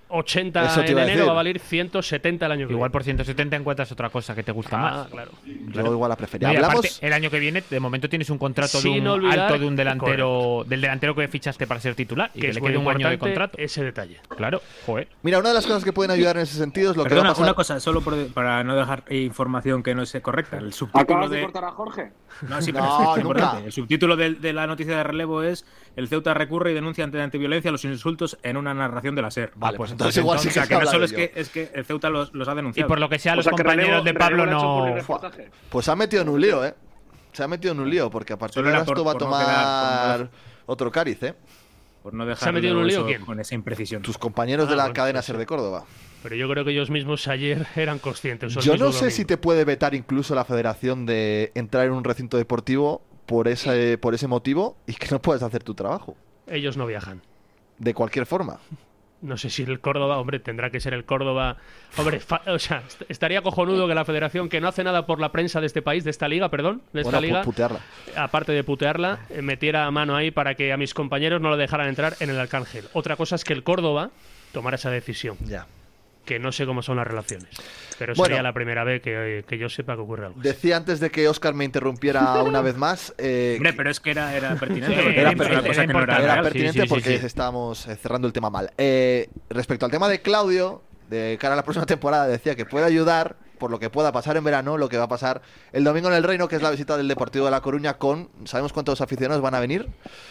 ochenta Eso te en iba a enero, decir. va a valer ciento setenta el año que Igual viene. por ciento setenta encuentras otra cosa que te gusta Ah, más. claro. Yo igual la prefería. No, y Hablamos. aparte, el año que viene, de momento tienes un contrato Sin de un olvidar- alto de un delantero, del delantero que fichaste para ser titular y Que que, es le muy quede un año de importante contrato. ese detalle. Claro, joder. Mira, una de las cosas que pueden ayudar en ese sentido es lo que Perdona, va a pasar. una cosa, solo por- para no dejar información que no es correcta. El subtítulo ¿Acabas de de... cortar a Jorge? No, sí, No, pero es nunca. importante. El subtítulo de, de la noticia de relevo es: el Ceuta recurre y denuncia ante la antiviolencia los insultos en una narración de la SER. Vale, Ah, pues entonces igual sí o sea, que que no habla solo de es ello. que, es que el Ceuta los, los ha Y denunciado. por lo que sea, O los sea, que compañeros Relevo- de Pablo Relevo le ha hecho no. publireportaje. Pues se ha metido en un lío, ¿eh? Se ha metido en un lío, porque a partir Solo de era ahora por- esto va a por no tomar quedar- por no- otro cariz, ¿eh? Por no dejar ¿Se ha metido en un lío quién? con esa imprecisión. Tus compañeros de Ah, la bueno, cadena sí, SER sí. de Córdoba. Pero yo creo que ellos mismos ayer eran conscientes. o el Yo mismo no sé domingo. si te puede vetar incluso la federación de entrar en un recinto deportivo por ese, por ese motivo y que no puedas hacer tu trabajo. Ellos no viajan. De cualquier forma. No sé si el Córdoba, hombre, tendrá que ser el Córdoba. Hombre, fa- o sea, est- estaría cojonudo que la federación, que no hace nada por la prensa de este país, de esta liga, perdón, de esta Bueno, pu- liga, putearla. aparte de putearla, eh, metiera mano ahí para que a mis compañeros no lo dejaran entrar en el Arcángel. Otra cosa es que el Córdoba tomara esa decisión. Ya. Que no sé cómo son las relaciones. Pero Bueno. sería la primera vez que, que yo sepa que ocurre algo. Decía antes de que Óscar me interrumpiera una vez más. eh, Hombre, pero es que era, era pertinente. Sí, porque era es una pertinente, cosa que no era Era real. pertinente Sí, sí, sí, porque sí. estábamos eh, cerrando el tema mal. Eh, respecto al tema de Claudio, de cara a la próxima temporada, decía que puede ayudar por lo que pueda pasar en verano, lo que va a pasar el domingo en el Reino, que es la visita del Deportivo de La Coruña con, ¿sabemos cuántos aficionados van a venir?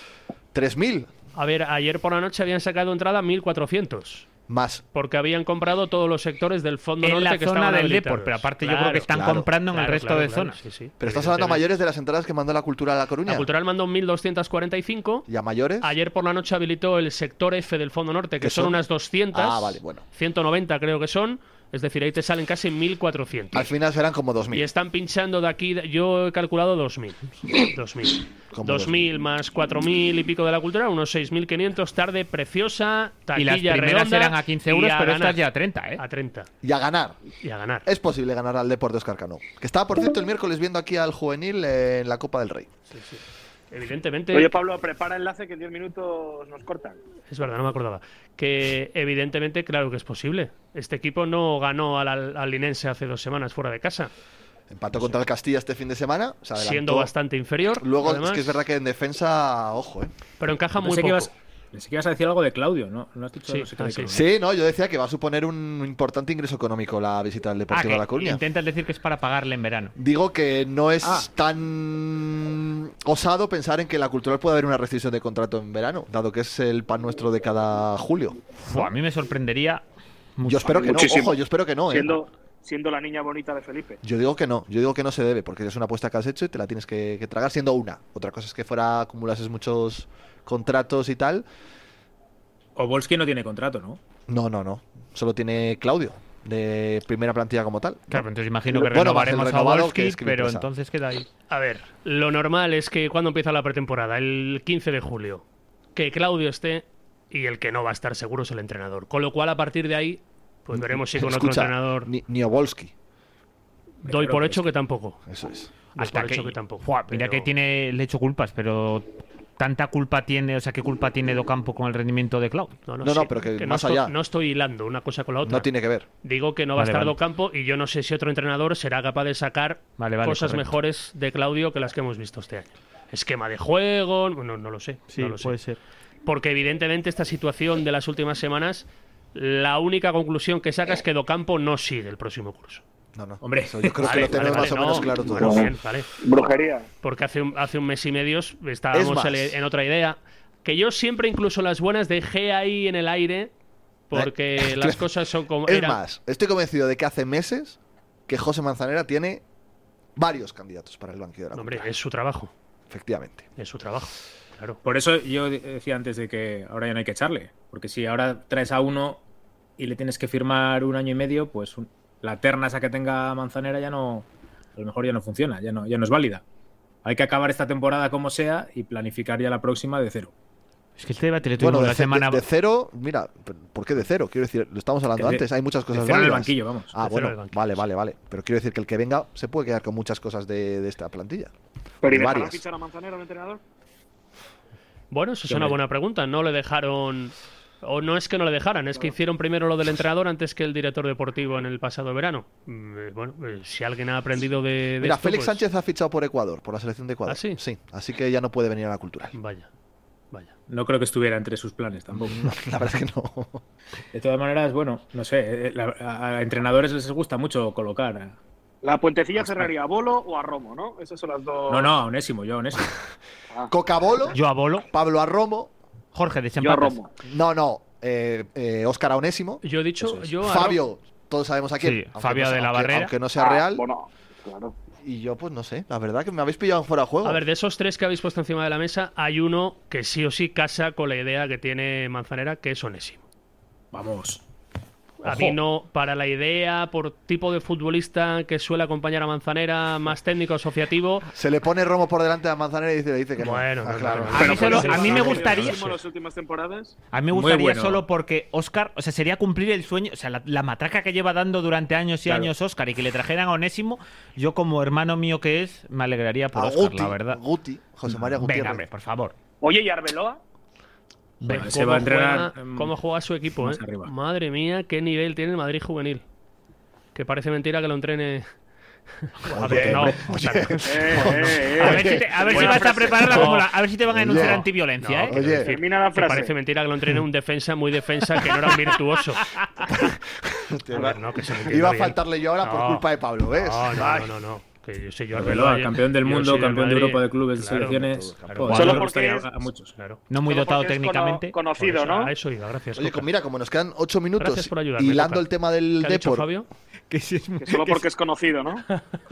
tres mil A ver, ayer por la noche habían sacado entrada mil cuatrocientos. más. Porque habían comprado todos los sectores del fondo En norte la que zona estaban del habilitados. Depor, pero aparte yo Claro, creo que están claro, comprando en el claro, resto claro, de claro, zonas. sí, sí. Pero estás hablando a Evidentemente. mayores de las entradas que mandó la Cultura a La Coruña. La Cultural mandó mil doscientos cuarenta y cinco. ¿Y a mayores? Ayer por la noche habilitó el sector F del Fondo Norte, que ¿Qué son son? unas doscientas. Ah, vale, bueno. ciento noventa creo que son. Es decir, ahí te salen casi mil cuatrocientos. Al final serán como dos Y mil. están pinchando de aquí, yo he calculado dos mil. dos mil. Como dos mil más cuatro mil y pico de la Cultural, unos seis mil quinientos. Tarde preciosa, Y taquilla las primeras redonda, eran a quince y euros, a pero ganar. estas ya a treinta, ¿eh? A treinta. Y a ganar. Y a ganar. Es posible ganar al Depor de Óscar Cano. Que estaba, por cierto, el miércoles viendo aquí al juvenil en la Copa del Rey. Evidentemente. Oye, Pablo, prepara enlace que en diez minutos nos cortan. Es verdad, no me acordaba. Que evidentemente, claro que es posible. Este equipo no ganó al, al, al Linense hace dos semanas fuera de casa, Empató contra el Castilla este fin de semana. Se adelantó. siendo bastante inferior. Luego además, es que es verdad que en defensa, ojo, ¿eh? pero encaja muy Pensé poco. que, ibas, pensé que ibas a decir algo de Claudio, ¿no? No has dicho Sí, no sé qué ah, de sí. Claudio. Sí, no, yo decía que va a suponer un importante ingreso económico la visita del Ah, Deportivo que de La Coruña. intentas decir que es para pagarle en verano. Digo que no es Ah. tan osado pensar en que la Cultural puede haber una rescisión de contrato en verano, dado que es el pan nuestro de cada julio. Fua, a mí me sorprendería mucho. Yo espero que no, Muchísimo. ojo, yo espero que no, ¿eh? Siendo, siendo la niña bonita de Felipe. Yo digo que no, yo digo que no se debe, porque es una apuesta que has hecho y te la tienes que, que tragar siendo una. Otra cosa es que fuera acumulases muchos contratos y tal. Obolski no tiene contrato, ¿no? No, no, no. Solo tiene Claudio, de primera plantilla como tal. Claro, entonces imagino que Bueno, más el renovaremos a renovado, Volsky, que es que pero empresa. entonces queda ahí. A ver, lo normal es que cuando empieza la pretemporada, el quince de julio, que Claudio esté y el que no va a estar seguro es el entrenador. Con lo cual, a partir de ahí, pues veremos si con Escucha, otro entrenador. Ni, ni Obolski. Doy por hecho que tampoco. Eso es. Doy Hasta por que, hecho que tampoco. Fua, mira Pero- que tiene, le he hecho culpas, pero tanta culpa tiene, o sea, ¿qué culpa tiene Docampo con el rendimiento de Claudio? No, no, No, no, sí, pero que no más estoy, allá. no estoy hilando una cosa con la otra. No tiene que ver. Digo que no va Vale, a estar vale. Docampo y yo no sé si otro entrenador será capaz de sacar Vale, vale, cosas correcto. mejores de Claudio que las que hemos visto este año. Esquema de juego, bueno, no lo sé. Sí, no lo sé. puede ser. Porque evidentemente esta situación de las últimas semanas, la única conclusión que saca es que Docampo no sigue el próximo curso. No, no. Hombre, Eso yo creo Vale, que lo tenemos vale, más o vale, menos no, claro bueno, todos. bien, vale. Brujería. Porque hace un, hace un mes y medio Es estábamos más. en, en otra idea. Que yo siempre, incluso en las buenas, dejé ahí en el aire. Porque las cosas son como. Es eran- más, estoy convencido de que hace meses que José Manzanera tiene varios candidatos para el banquillo de la No, hombre, Cultural. es su trabajo. Efectivamente. Es su trabajo. Claro. Por eso yo decía antes de que ahora ya no hay que echarle. Porque si ahora traes a uno y le tienes que firmar un año y medio, pues un- la terna esa que tenga Manzanera ya no. A lo mejor ya no funciona, ya no, ya no es válida. Hay que acabar esta temporada como sea y planificar ya la próxima de cero. Es que este debate le tuvimos Bueno, de, la ce- semana. de- de cero, mira, ¿por qué de cero? Quiero decir, lo estamos hablando Que de- antes, hay muchas de cosas cero en el válidas. banquillo, vamos. Ah, De cero en bueno, el banquillo, vale, sí. vale, vale. Pero quiero decir que el que venga se puede quedar con muchas cosas de, de esta plantilla. Pero ¿y De dejará varias. fichar a Manzanero, el entrenador? Bueno, eso es Sí, una hombre. buena pregunta. No le dejaron. O no es que no le dejaran, es que hicieron primero lo del entrenador antes que el director deportivo en el pasado verano. Mm, Bueno, eh, si alguien ha aprendido de, de Mira, esto, Félix pues- Sánchez ha fichado por Ecuador, por la selección de Ecuador. ¿Ah, sí? Sí, así que ya no puede venir a la cultural. Vaya, vaya. No creo que estuviera entre sus planes tampoco. La verdad es que no. De todas maneras, bueno, no sé, eh, la- a, a entrenadores les gusta mucho colocar. a- La Puentecilla cerraría a Bolo o a Romo, ¿no? Esas son las dos. No, no, a Onésimo, yo a Onésimo. Coca Bolo, Yo a Bolo, Pablo a Romo. Jorge de Yo a Desempatas. Romo. No, no. Eh, eh, Óscar a Onésimo. Yo he dicho, yo a Fabio, todos sabemos a quién. Sí, aunque Fabio no sea- de la aunque- Barrera. Aunque no sea Ah, real. Bueno, claro. Y yo, pues no sé. La verdad que me habéis pillado fuera de juego. A ver, de esos tres que habéis puesto encima de la mesa, hay uno que sí o sí casa con la idea que tiene Manzanera, que es Onésimo. Vamos. A Ojo. mí no, para la idea, por tipo de futbolista que suele acompañar a Manzanera, más técnico, asociativo. Se le pone Romo por delante a Manzanera y dice, dice que no. Bueno, Ah, no, claro. no, no, A mí, solo- Pero a mí me ¿ha sido gustaría. Onésimo las últimas temporadas? A mí me Muy gustaría bueno. solo porque Óscar, o sea, sería cumplir el sueño, o sea, la, la matraca que lleva dando durante años y Claro. años Óscar y que le trajeran a Onésimo, yo como hermano mío que es, me alegraría por A Óscar, Guti, la verdad. Guti, José María Gutiérrez. Venga, hombre, por favor. Oye, ¿y Arbeloa? Bueno, ¿Cómo se va a entrenar. juega- em, ¿Cómo juega su equipo? más eh? arriba. Madre mía, qué nivel tiene el Madrid juvenil. Que parece mentira que lo entrene. A ver, no. o sea, Eh, eh, eh. A ver si, te- a ver si Buena vas a frase. prepararla No. como la- a ver si te van a denunciar Oye. antiviolencia, no, ¿eh? quiero Oye. decir Termina la que frase. parece mentira que lo entrene un defensa muy defensa que no era un virtuoso. Te A va- ver, no, que se me entienda Iba a bien. faltarle yo ahora por No. culpa de Pablo, ¿ves? No, no, Ay. no, no, no. Que yo soy yo Arbeloa, Arbeloa, campeón del yo mundo, soy del campeón de Madrid. Europa de clubes y Claro, selecciones. claro. Joder, Solo me porque gustaría es- a muchos. Claro. No muy Solo dotado porque es cono- técnicamente. conocido, Por eso, ¿no? A eso iba, gracias. Oye, Coca. pues mira, como nos quedan ocho minutos, Gracias por ayudarme, hilando Coca. el tema del ¿Qué ha dicho Depor, Fabio? Que sí es muy- Que solo porque es conocido, ¿no?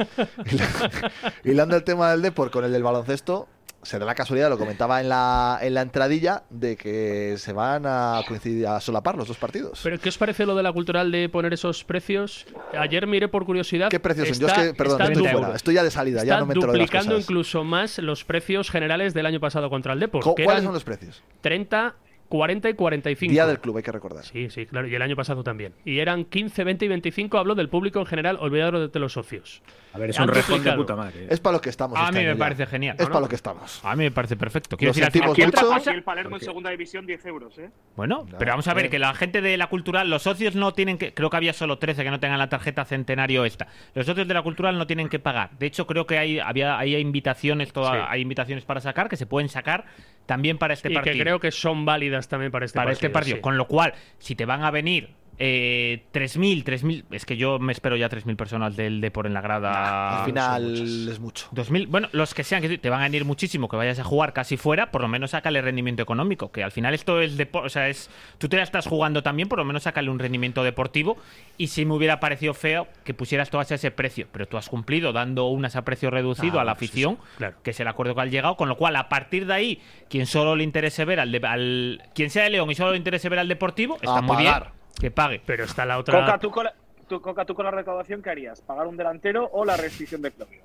hilando el tema del Depor con el del baloncesto, se da la casualidad, lo comentaba en la, en la entradilla, de que se van a coincidir a solapar los dos partidos. ¿Pero qué os parece lo de la cultural de poner esos precios? Ayer miré por curiosidad. ¿Qué precios son? Yo está- es que, perdón, está estoy du- fuera, estoy ya de salida, ya está no me entero de las duplicando cosas. incluso más los precios generales del año pasado contra el Depor. Co- que ¿Cuáles eran son los precios? treinta, cuarenta y cuarenta y cinco. Día del club, hay que recordar. Sí, sí, claro. Y el año pasado también. Y eran quince, veinte y veinticinco. Hablo del público en general, olvidaros de los socios. A ver, es Han un rejón de duplicado. puta madre. Es para lo que estamos. A este mí me año ya. parece genial. Es ¿no? para lo que estamos. A mí me parece perfecto. Quiero Lo decir, al sentimos final- mucho. Aquí el Palermo en segunda división, diez euros, ¿eh? Bueno, No, pero vamos a ver eh. que la gente de la cultural, los socios no tienen que, creo que había solo trece que no tengan la tarjeta centenario esta. Los socios de la cultural no tienen que pagar. De hecho, creo que hay había hay invitaciones, toda- Sí. hay invitaciones para sacar que se pueden sacar también para este y partido. que creo que son válidas también para este para partido. este partido, sí. con lo cual, si te van a venir eh, tres mil, tres mil, es que yo me espero ya tres mil personas del Depor en la grada. Al final es mucho. dos mil, bueno, los que sean, que te van a venir muchísimo, que vayas a jugar casi fuera, por lo menos sácale rendimiento económico, que al final esto es deporte, o sea, es tú te la estás jugando también, por lo menos sácale un rendimiento deportivo, y si me hubiera parecido feo que pusieras todas a ese precio, pero tú has cumplido dando unas a precio reducido Ah, a la sí, afición, sí, claro. que es el acuerdo que ha llegado, con lo cual a partir de ahí, quien solo le interese ver al, de- al quien sea de León y solo le interese ver al Deportivo, está A muy pagar. bien, que pague. Pero está la otra. Coca, ¿tú con la, tú, Coca, ¿tú con la recaudación qué harías? ¿Pagar un delantero o la restricción de Claudio?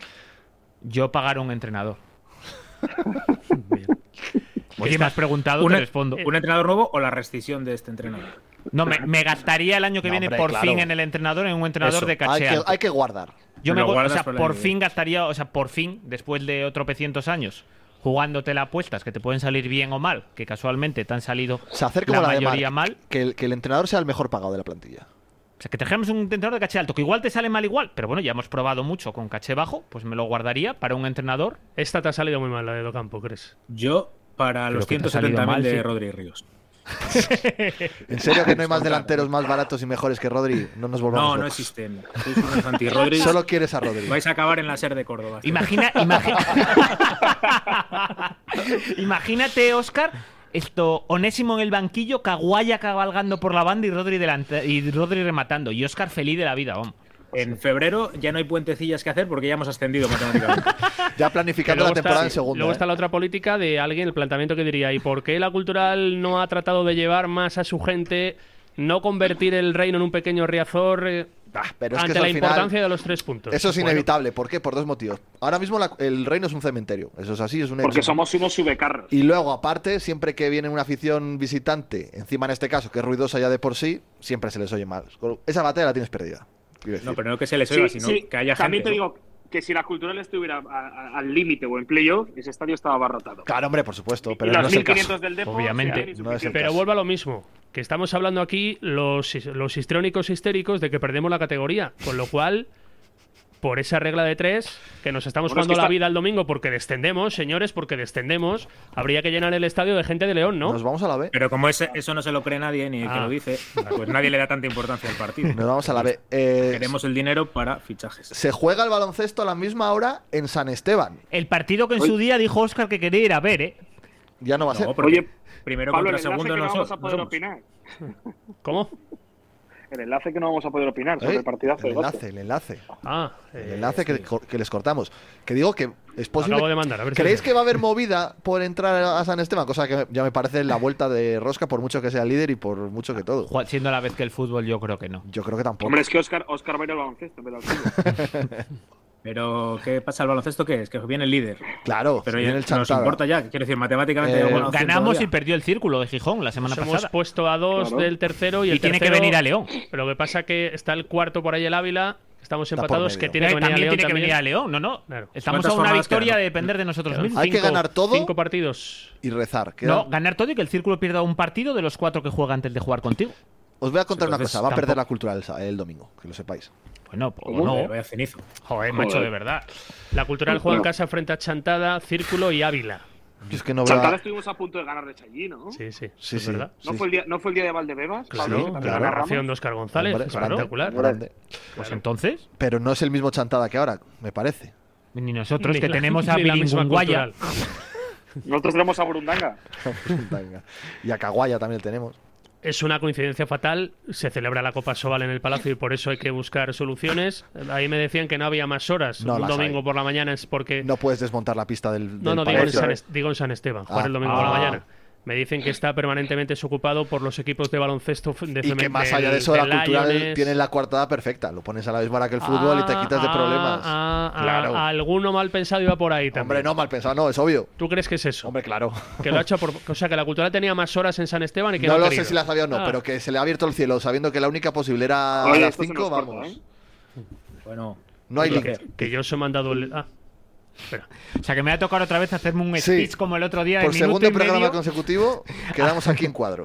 Yo pagar un entrenador. Bien. Oye, Está- me has preguntado, ¿Un, te respondo. ¿Un entrenador nuevo o la restricción de este entrenador? No, me, me gastaría el año que No, viene hombre, por claro. fin en el entrenador, en un entrenador Eso, de Hay caché que, alto. hay que guardar. Yo me Lo voy- o guardas sea, para el por año que fin gastaría, o sea, por fin, después de otro tropecientos años, jugándote las apuestas que te pueden salir bien o mal, que casualmente te han salido Se hace como la la, de mayoría Marc, mal. Que el, que el entrenador sea el mejor pagado de la plantilla. O sea, que trajéramos un entrenador de caché alto, que igual te sale mal igual, pero bueno, ya hemos probado mucho con caché bajo, pues me lo guardaría para un entrenador. Esta te ha salido muy mal, la de Docampo, ¿crees? Yo, para Creo los que te ha ciento setenta salido mil mal, de sí. Rodri Ríos. ¿En serio que no hay más delanteros más baratos y mejores que Rodri? No nos volvamos No, no locos. existen. Sois unos anti-Rodri. Solo quieres a Rodri. Vais a acabar en la SER de Córdoba. Imagina, imagi- Imagínate, Óscar, esto, Onésimo en el banquillo, Caguaya cabalgando por la banda y Rodri delante, y Rodri rematando. Y Óscar feliz de la vida, vamos. En febrero ya no hay puentecillas que hacer porque ya hemos ascendido matemáticamente. Ya Que planificando luego la temporada está- en segunda. Luego ¿eh? está la otra política de alguien, el planteamiento que diría, ¿y por qué la cultural no ha tratado de llevar más a su gente, no convertir el reino en un pequeño Riazor eh, Ah, pero es que ante eso la al final- importancia de los tres puntos? Eso es Bueno, inevitable. ¿Por qué? Por dos motivos. Ahora mismo la- el reino es un cementerio. Eso es así, es un hecho. Porque somos unos subecarros. Y luego, aparte, siempre que viene una afición visitante, encima en este caso, que es ruidosa ya de por sí, siempre se les oye mal. Esa batalla la tienes perdida. quiero decir. No, pero no que se les Sí, oiga, sino sí, que haya también gente. te ¿no? digo, que si la Cultural estuviera a- a- al límite o en playoff, ese estadio estaba abarrotado. Claro, hombre, por supuesto, pero y no los es el mil quinientos caso. del Depor, Obviamente. sí, No es el Pero caso. vuelvo a lo mismo, que estamos hablando aquí los, los histriónicos histéricos de que perdemos la categoría, con lo cual, por esa regla de tres, que nos estamos Bueno, es jugando que la está- vida el domingo porque descendemos, señores, porque descendemos, habría que llenar el estadio de gente de León, ¿no? Nos vamos a la B. Pero como ese, eso no se lo cree nadie, ni el que Ah. lo dice, pues nadie le da tanta importancia al partido. Nos vamos a la B. Eh, Queremos el dinero para fichajes. se juega el baloncesto a la misma hora en San Esteban. El partido que en su día dijo Óscar que quería ir a ver, ¿eh? Ya no va a ser. No, porque Oye, primero Pablo, contra el enlace segundo que no no, vamos so- a no poder somos. opinar. ¿Cómo? El enlace que no vamos a poder opinar sobre ¿Eh? el partidazo El de Gozo. enlace, el enlace. Ah, El eh, enlace que, que les cortamos. Que digo que es posible. acabo de mandar, a ver si ¿Creéis es que va a haber movida por entrar a San Esteban? Cosa que ya me parece la vuelta de rosca, por mucho que sea líder y por mucho que todo. Ju- Siendo a la vez que el fútbol, yo creo que no. Yo creo que tampoco. Hombre, es que Oscar, Oscar va a ir al baloncesto en vez del fútbol. Pero, ¿qué pasa? ¿El baloncesto qué es? Que viene el líder. Claro, Pero viene ya el nos chantada. importa ya. Quiero decir, matemáticamente... Eh, hay alguna opción Ganamos todavía. y perdió el círculo de Gijón la semana Nos hemos pasada. puesto a dos Claro. del tercero y, Y el tiene que tercero- venir a León. Pero lo que pasa que está el cuarto por ahí el Ávila, estamos Está por empatados, medio. que tiene Eh, que venir a también León tiene que también. venir a León, no, no. Claro. Estamos a ¿Cuántas una jornadas victoria quedan? de depender de nosotros Quedan mismos. Hay que cinco- ganar todo Cinco partidos. y rezar. No, Queda- ganar todo y que el círculo pierda un partido de los cuatro que juega antes de jugar contigo. Os voy a contar una Entonces, cosa. Va a perder tampoco. la cultural el, sa- el domingo, que lo sepáis. Bueno, pues ¿Cómo? no. Eh, Vaya cenizo. Joder, macho, de verdad. La Cultural juega en casa frente a Chantada, Círculo y Ávila. Yo es que no veo. Chantada a- estuvimos a punto de ganar de allí, ¿no? Sí, sí, Sí, es sí. verdad. ¿No, Sí, fue el día, ¿No fue el día de Valdebebas? Claro, Pablo, que la también narración narramos? de Óscar González, Hombre, espectacular. grande. Pues entonces, Pero no es el mismo chantada que ahora, me parece. ni nosotros Ni que la- tenemos a ni la misma Bilingunguaya. Cultural. Nosotros tenemos a Burundanga. Venga. Y a Caguaya también tenemos. Es una coincidencia fatal. Se celebra la Copa Sobal en el Palacio y por eso hay que buscar soluciones. Ahí me decían que no había más horas. No un las domingo hay. por la mañana es porque. No puedes desmontar la pista del. No, del no, digo en, Palacio. San, Es- digo en San Esteban, jugar Ah. el domingo por la Ah. mañana. Me dicen que está permanentemente desocupado por los equipos de baloncesto de Y que femen- más del- allá de eso, la del cultural Lions. tiene la coartada perfecta. Lo pones a la misma hora que el fútbol y te quitas de Ah, problemas. ah, ah, Claro. alguno mal pensado iba por ahí también. Hombre, no, mal pensado, no, es obvio. ¿Tú crees que es eso? Hombre, claro. Que lo ha hecho por. O sea, que la cultural tenía más horas en San Esteban y que no, No ha lo querido. sé si las había o no, Ah. pero que se le ha abierto el cielo sabiendo que la única posible era a Oye, las esto se cinco, nos corta, vamos. ¿eh? Bueno, No hay que, link. que yo os he mandado el. Ah, espera. O sea, que me va a tocar otra vez hacerme un Sí. speech como el otro día de Por minuto segundo y programa medio. consecutivo, quedamos aquí en cuadro.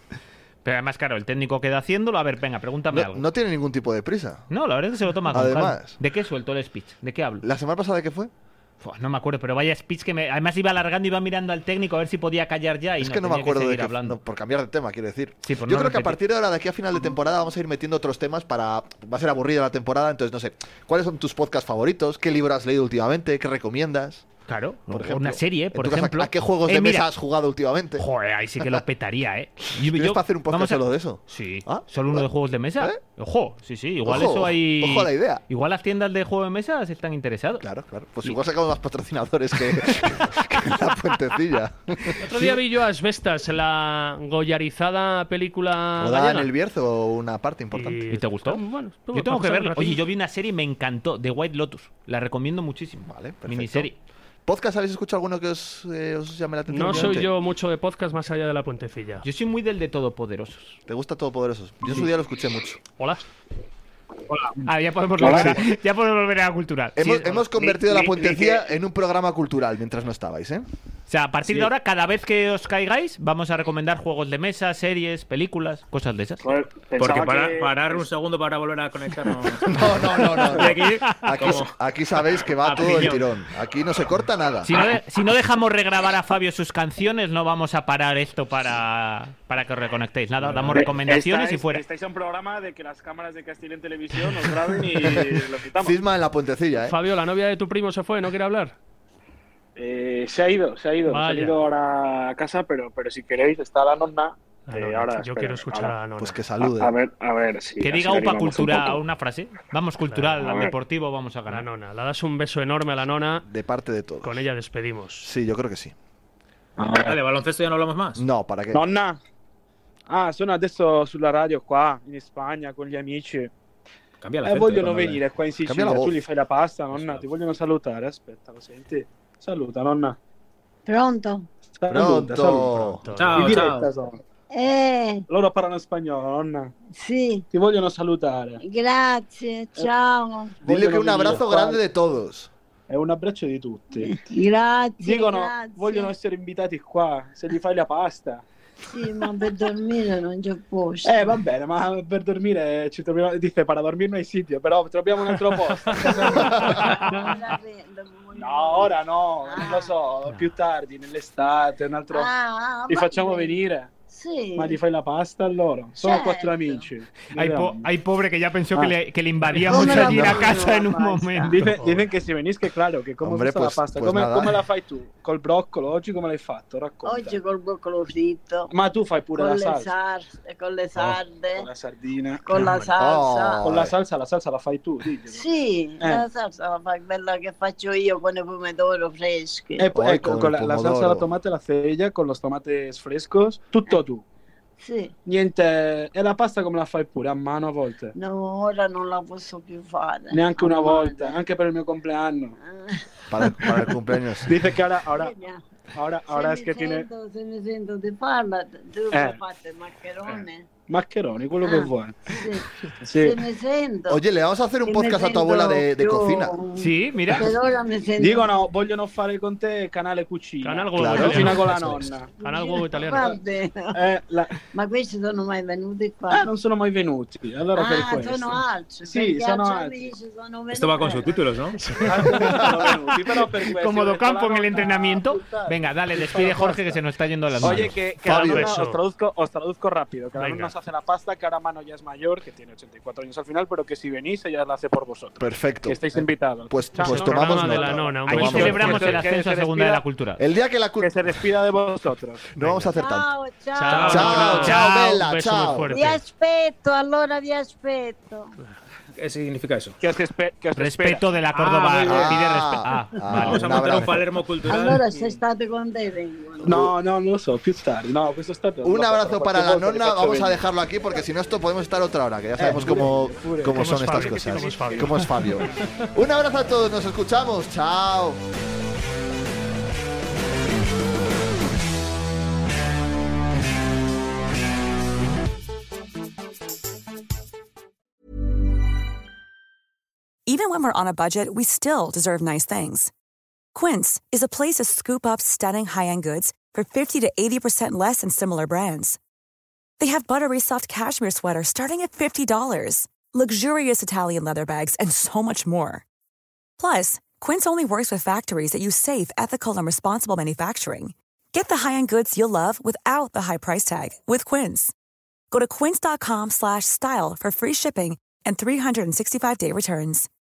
Pero además, claro, el técnico queda haciéndolo. A ver, venga, pregúntame No, algo. no tiene ningún tipo de prisa. No, la verdad es que se lo toma con Además. calma. ¿De qué suelto el speech? ¿De qué hablo? ¿La semana pasada de qué fue? Uf, no me acuerdo, pero vaya speech que me... Además iba alargando, iba mirando al técnico a ver si podía callar ya y Es no, que no me tenía acuerdo de seguir qué, hablando. no, por cambiar de tema, quiero decir. Sí, por Yo no creo que a repetir. partir de ahora, de aquí a final de temporada, vamos a ir metiendo otros temas para... Va a ser aburrida la temporada, entonces no sé. ¿Cuáles son tus podcasts favoritos? ¿Qué libro has leído últimamente? ¿Qué recomiendas? Claro, Por o ejemplo, una serie, en por tu caso, ejemplo. ¿a qué juegos Eh, de mira, mesa has jugado últimamente? Joder, ahí sí que lo petaría, ¿eh? Yo- ¿Tienes yo- para hacer un podcast vamos a- solo de eso? Sí. Ah, ¿Solo uno de juegos de mesa? ¿Eh? Ojo, sí, sí. Igual Ojo, eso hay... ojo a la idea. Igual las tiendas de juego de mesa se están interesados. Claro, claro. Pues Y- igual sacamos más patrocinadores que, que la puentecilla. El otro día vi yo a Asbestas, la goyarizada película. ¿O da en gallega. el Bierzo una parte importante? ¿Y te gustó? Bueno, estuvo Yo tengo que pasado verlo. un ratillo. Oye, yo vi una serie y me encantó, The White Lotus. La recomiendo muchísimo. Vale, perfecto. Miniserie. ¿Podcast habéis escuchado alguno que os, eh, os llame la atención? No soy últimamente? yo mucho de podcast más allá de la puentecilla. Yo soy muy del de Todopoderosos. ¿Te gusta Todopoderosos? Yo en su día lo escuché mucho. Hola. Ah, ya podemos Hola. volver a, ya podemos volver a la cultural. Hemos, Sí, hemos hola. convertido Ni- la ni- puentecilla ni en un programa cultural mientras no estabais, ¿eh? O sea, a partir de ahora, cada vez que os caigáis, vamos a recomendar juegos de mesa, series, películas, cosas de esas. Joder, porque pensaba para, que- parar un segundo para volver a conectarnos. No, no, no, no. Y aquí, Aquí, como- aquí sabéis que va a todo el piñón. tirón. Aquí no se corta nada. Si no, de- si no dejamos regrabar a Fabio sus canciones, no vamos a parar esto para, para que os reconectéis. Nada, damos Eh, recomendaciones estáis- y fuera. Estáis en un programa de que las cámaras de Castilla en Televisión os graben y lo quitamos. Cisma en la puentecilla, ¿eh? Fabio, la novia de tu primo se fue, ¿no quiere hablar? Eh, se ha ido, se ha ido. Vaya. Se ha ido ahora a casa, pero, pero si queréis, está la nonna. Ah, eh, no, ahora, yo espera, quiero escuchar ahora. a la nonna. Pues que salude. A, a ver, a ver, sí. Que así diga le UPA animamos un Cultura, poco. una frase. Vamos, cultural, Claro, a al ver. deportivo, vamos a La ganar. nonna. La das un beso enorme a la nonna. De parte de todos. Con ella despedimos. Sí, yo creo que sí. Vale, baloncesto ya no hablamos más. No, ¿para qué? Nonna, ah, sono adesso sulla radio qua in Spagna con gli amici. Cambia la E vogliono venire qua in Sicilia. la Tu voz. gli fai la pasta, nonna. Ti vogliono salutare. Aspetta, lo senti? Saluta, nonna. Pronto. Saluta, Pronto. saluta. Ciao, In diretta ciao. sono. Eh. Loro parlano spagnolo, nonna. Sì. Ti vogliono salutare. Grazie, ciao. Dile che un abrazo grande de todos. È un abbraccio di tutti. Grazie, Dicono, grazie. vogliono essere invitati qua, se gli fai la pasta. Sì, ma per dormire non c'è posto. Eh, va bene, ma per dormire ci troviamo. Dice, para dormire no hay sitio, però troviamo un altro posto. No, ora no, non lo so, più tardi, nell'estate, un altro. Ah, Li va facciamo bene. venire. Sì. Ma gli fai la pasta allora? Sono Certo. quattro amici. Hay, po- hay pobre que ya pensó Ah. que, le, que le invadíamos Come la allí la fanno casa en un la pasta? momento. Dime, dime che si venisca claro che come Hombre, gusta pues- la pasta, pues come, nada. come la fai tu? Col broccolo? Oggi come l'hai fatto? Racconta. Oggi col broccolo fritto. Ma tu fai pure con la le salsa. sar- con le sarde. Con la sardina. Con la salsa. Oh. Con la salsa, la salsa la fai tu, diglielo. Sì, Eh. la salsa la fa quella che faccio io con i pomodori freschi. E poi Poi ecco, con con il la, la pomodoro. salsa alla tomate e la cebolla, con los tomates frescos, tutto tu. Sì. Niente, e la pasta come la fai pure? A mano a volte? No, ora non la posso più fare. Neanche una Amore. volta, anche per il mio compleanno. Para, para el cumpleaños. Dice che ora, ora, Vedi, ora, se ora mi es che tiene sento, se mi sento di farla, tu Eh. hai fatto il maccherone. maccheroni, quello che Ah, vuoi. Sì. Sì. Se mi sento. Oye, le vamos a hacer un se podcast mi a tu abuela de, de sento cocina. più- Sí, mira. Per ora mi sento. Dicono, vogliono fare con te canale cucina. Canal huevo Claro. Cucina con la italiano. nonna. Canal huevo italiano. Va bene. Eh, la- Ma questi sono mai venuti qua? eh, non sono mai venuti. Allora per ah, questo. sono altri. Sì, perché sono altri altri. amici sono venuti. Esto va con subtítulos, ¿no? Altri sono venuti, però per questo. Cómodo perché campo la en el nonna entrenamiento. ha buttato. Venga, dale, Tutta despide la Jorge pasta. que se nos está yendo las manos. Oye, que, que Fabio. la nonna, os traduzco, os traduzco rápido, que la Venga. nonna nos hace la pasta, que ahora Mano ya es mayor, que tiene ochenta y cuatro años al final, pero que si venís ella la hace por vosotros. Perfecto. Que estáis invitados. Pues, Chao, pues ¿no? tomamos Programa de nota. la nona, un Aquí Tomamos beso. celebramos Que- el que ascenso a se segunda de la despida- cultura. El día que la cu- Que se despida de vosotros. no vamos a hacer tanto. Ciao, ciao. Chao, Chao, chao, Bella, un beso chao. muy fuerte. Vi aspetto, allora vi aspetto. ¿Qué significa eso? Que os, espe- que os Respeto espera. de la Córdoba. Ah, muy bien. pide Ah, respeto. Ah, ah, vale. Vamos a un montar un abrazo. Palermo cultural. Allora se state con te vengono. No, no, non lo so, più tardi. No, questo stato. Un abrazo para la nonna. Vamos a dejar dejarlo aquí porque si no esto podemos estar otra hora, que ya sabemos pure, cómo, pure. cómo ¿Cómo son es estas Fabio? cosas. ¿Cómo es Fabio? ¿Cómo es Fabio? Un abrazo a todos, nos escuchamos. Chao. Even when we're on a budget, we still deserve nice things. Quince is a place to scoop up stunning high-end goods for fifty to eighty percent less than similar brands. They have buttery soft cashmere sweaters starting at fifty dollars, luxurious Italian leather bags, and so much more. Plus, Quince only works with factories that use safe, ethical, and responsible manufacturing. Get the high-end goods you'll love without the high price tag with Quince. Go to quince.com slash style for free shipping and three hundred sixty-five day returns.